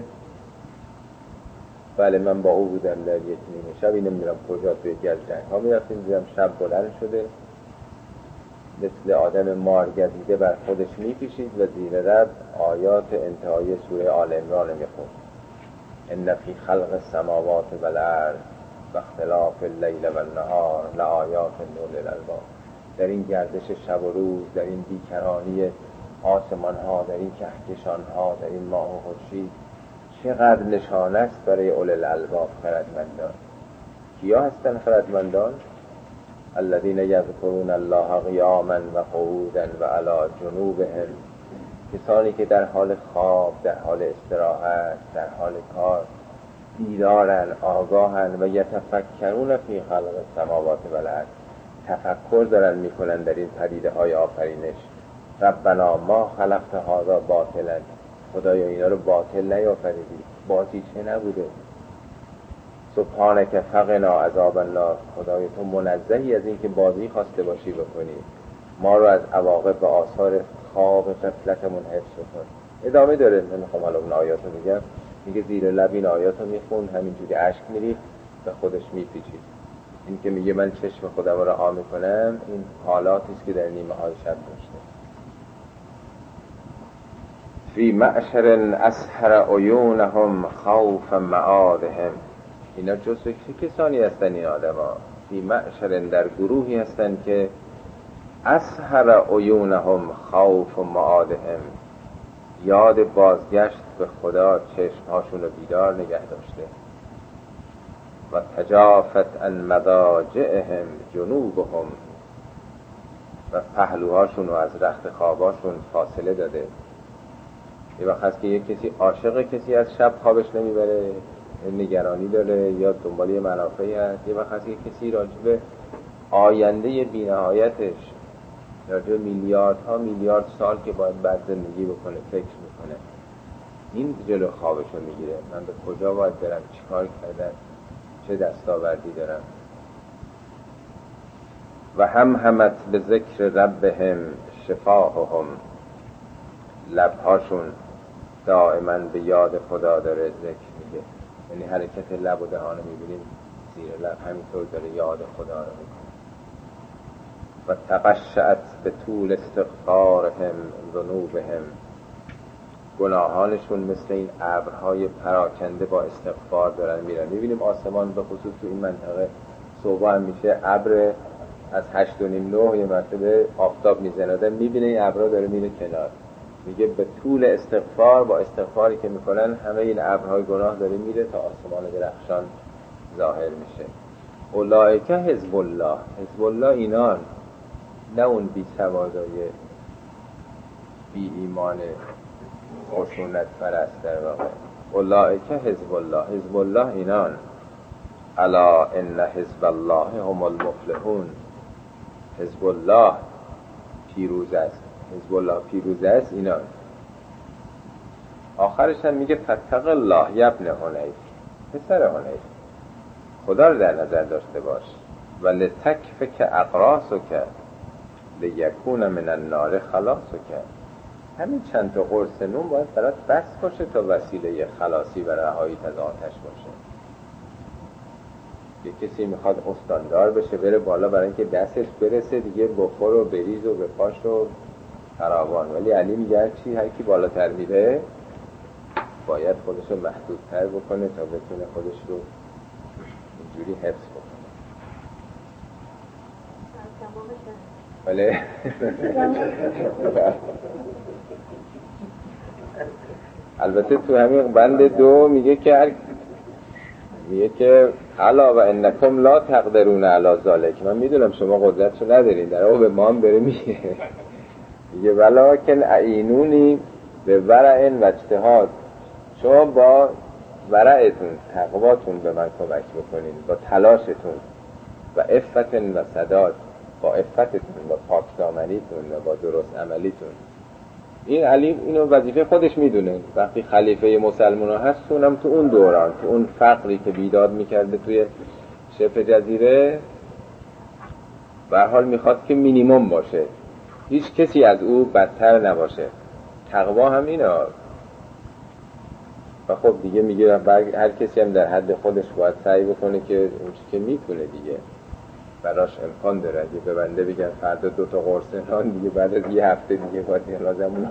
بله من با او بودم در یک نیمه شبی، نمیدونم کجا، توی جنگ ها میرفتیم، دیدم شب بلند شده، مثل آدم مارگزیده بر خودش میپیشید و زیر لب آیات انتهای سوره آل عمران میخوند. ان فی خلق السماوات والارض و اختلاف اللیل والنهار لآیات لأولی الالباب. در این گردش شب و روز، در این بیکرانی آسمان ها، در این کهکشان ها، در این ماه و خورشید، چقدر نشانه است برای اولی الالباب، خردمندان. کیا هستن خردمندان؟ الذين يذكرون الله قیاما و قعودا و علی جنوبهم، کسانی که در حال خواب، در حال استراحت، در حال کار بیدارن، آگاهن. و یتفکرون فی خلق السماوات والارض، تفکر دارن میکنن در این پدیده های آفرینش. ربنا ما خلقت هذا باطلا، خدایا اینا رو باطل نیافریدی، باطیچه نبوده. سبحانک فقنا عذاب النار، خدای تو منزهی از این که بازی خواسته باشی بکنی، ما رو از عواقب و آثار خواب غفلتمون حفظ کن. ادامه داره، نمیخوام حالا اون آیات رو بگم، میگه زیر لب این آیات رو میخون، همینجوری اشک میریخت به خودش میپیچید. این که میگه من چشم خودم رو رها میکنم، این حالاتی است که در نیمه های شب داشته. فی معشر اسحر عیونهم خوف معادهم، اینا جزو چه کسانی هستن این آدم ها؟ فی معشر، در گروهی هستن که اسحر عیونهم خوف معادهم، یاد بازگشت به خدا چشمهاشون رو بیدار نگه داشته. و تجافت عن مضاجعهم جنوبهم، و پهلوهاشون رو از رخت خواباشون فاصله داده. یه وقت هست که یک کسی عاشق کسی از شب خوابش نمیبره، نگرانی داره یا دنبال یه منافعی هست. یه وقت هست که کسی راجب آینده بی‌نهایتش، راجب میلیاردها میلیارد سال که باید بعد زندگی بکنه فکر میکنه. این جلو خوابشو میگیره، من به کجا باید برم، چیکار کردم، چه دستاوردی دارم. و همت به ذکر ربهم شفاههم، لبهاشون دائما به یاد خدا داره ذکر میگه، یعنی حرکت لب و دهان میبینیم زیر لب همینطور داره یاد خدا رو میکنه. و تقشعت به طول استغفارهم ذنوبهم، گناهانشون مثل این ابرهای پراکنده با استغفار دارن میرن. میبینیم آسمان به خصوص تو این منطقه صبح هم میشه ابر از 8:30 9 یه مرتبه آفتاب میزنه، آدم میبینه این ابرها داره میره کنار. میگه به طول استغفار، با استغفاری که میکنن همه این ابرهای گناه داره میره تا آسمان درخشان ظاهر میشه. اولئک حزب الله، حزب الله اینان، نه اون بی سوادای بی ایمان خشونت پرست در واقع. اولئک حزب الله، حزب الله اینان. الا ان حزب الله هم المفلحون، حزب الله پیروز است، حزب الله پیروز است اینان. آخرش هم میگه فتق الله یبن حنیف، پسر حنیف، خدا رو در نظر داشته باش. و لتکفک اقراسک لیکون من النار خلاصک، همین چند تا قرص نون باید برات بس باشه تا وسیله خلاصی و رهایی از آتش باشه. یه کسی میخواد استاندار بشه بره بالا برای اینکه دستش برسه دیگه بخور و بریز و بپاش و فراوان، ولی علی میگه چی هر کی بالاتر میره باید خودش رو محدودتر بکنه تا بتونه خودش رو اینجوری حفظ بکنه. بله البته تو همین بند 2 میگه که الا و انکم لا تقدرون علی ذلک، من میدونم شما قدرتشو ندارین، در واقع به ما هم بره میگه ولکن اعینونی به ورع و اجتهاد، شما با ورعتون تقواتون به من کمک بکنین، با تلاشتون و عفت و سداد، با عفتتون و پاکدامنیتون و با درست عملیتون. این علی اینو وظیفه خودش میدونه، وقتی خلیفه مسلمان ها هست اونم تو اون دوران، تو اون فقری که بیداد میکرده توی شبه جزیره، به هر حال میخواد که مینیمم باشه، هیچ کسی از او بدتر نباشه. تقوا هم اینه. و خب دیگه میگه هر کسی هم در حد خودش باید سعی بکنه که اون چی که میتونه دیگه براش امکان داره. اگه به بنده بگن فردا 2 تا قرص نان، دیگه بعد از یه هفته دیگه باید لازمون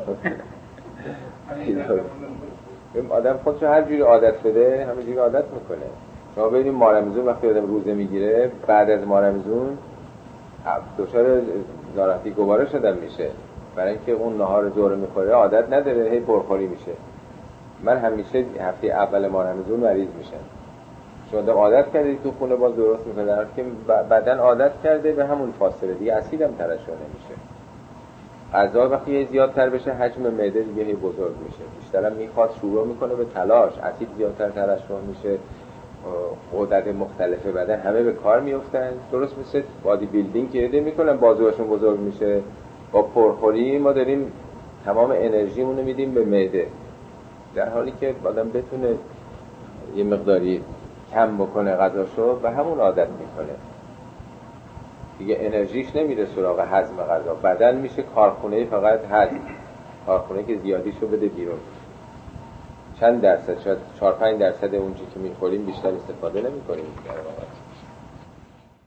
آدم خودشو هر جوری عادت بده همینجوری عادت میکنه. شما ببینید ماه رمضان وقتی آدم روزه میگیره، بعد از ماه رمضان دچار ناراحتی گواره شدن میشه، برای اینکه اون نهار ظهر میخوره عادت نداره، هی پرخوری میشه. من همیشه هفته اول ماه رمضان مریض میشم. شما آدم عادت کرده تو خونه باز درست میکنه، در حالی که بدن عادت کرده به همون فاصله دیگه اسیدم ترشح نمیشه. غذا وقتی یه زیادتر بشه حجم معده دیگه هی بزرگ میشه، بیشترم میخواد، شروع میکنه به تلاش، اسید زیادتر ترشح میشه، غدد مختلف بدن همه به کار میافتن. درست مثل بادی بیلدینگ که ایده میکنن بازوهاشون بزرگ میشه. با پرخوری ما داریم تمام انرژیمون رو میدیم به معده، در حالی که آدم بتونه یه مقداری کم بکنه غذاشو و همون عادت میکنه دیگه، انرژیش نمیره سراغ هضم غذا، بدن میشه کارخونه فقط هضم، کارخونه که زیادیشو بده بیرون. چند درصد، شاید 4-5% اونچه که میخوریم بیشتر استفاده نمیکنیم در واقع.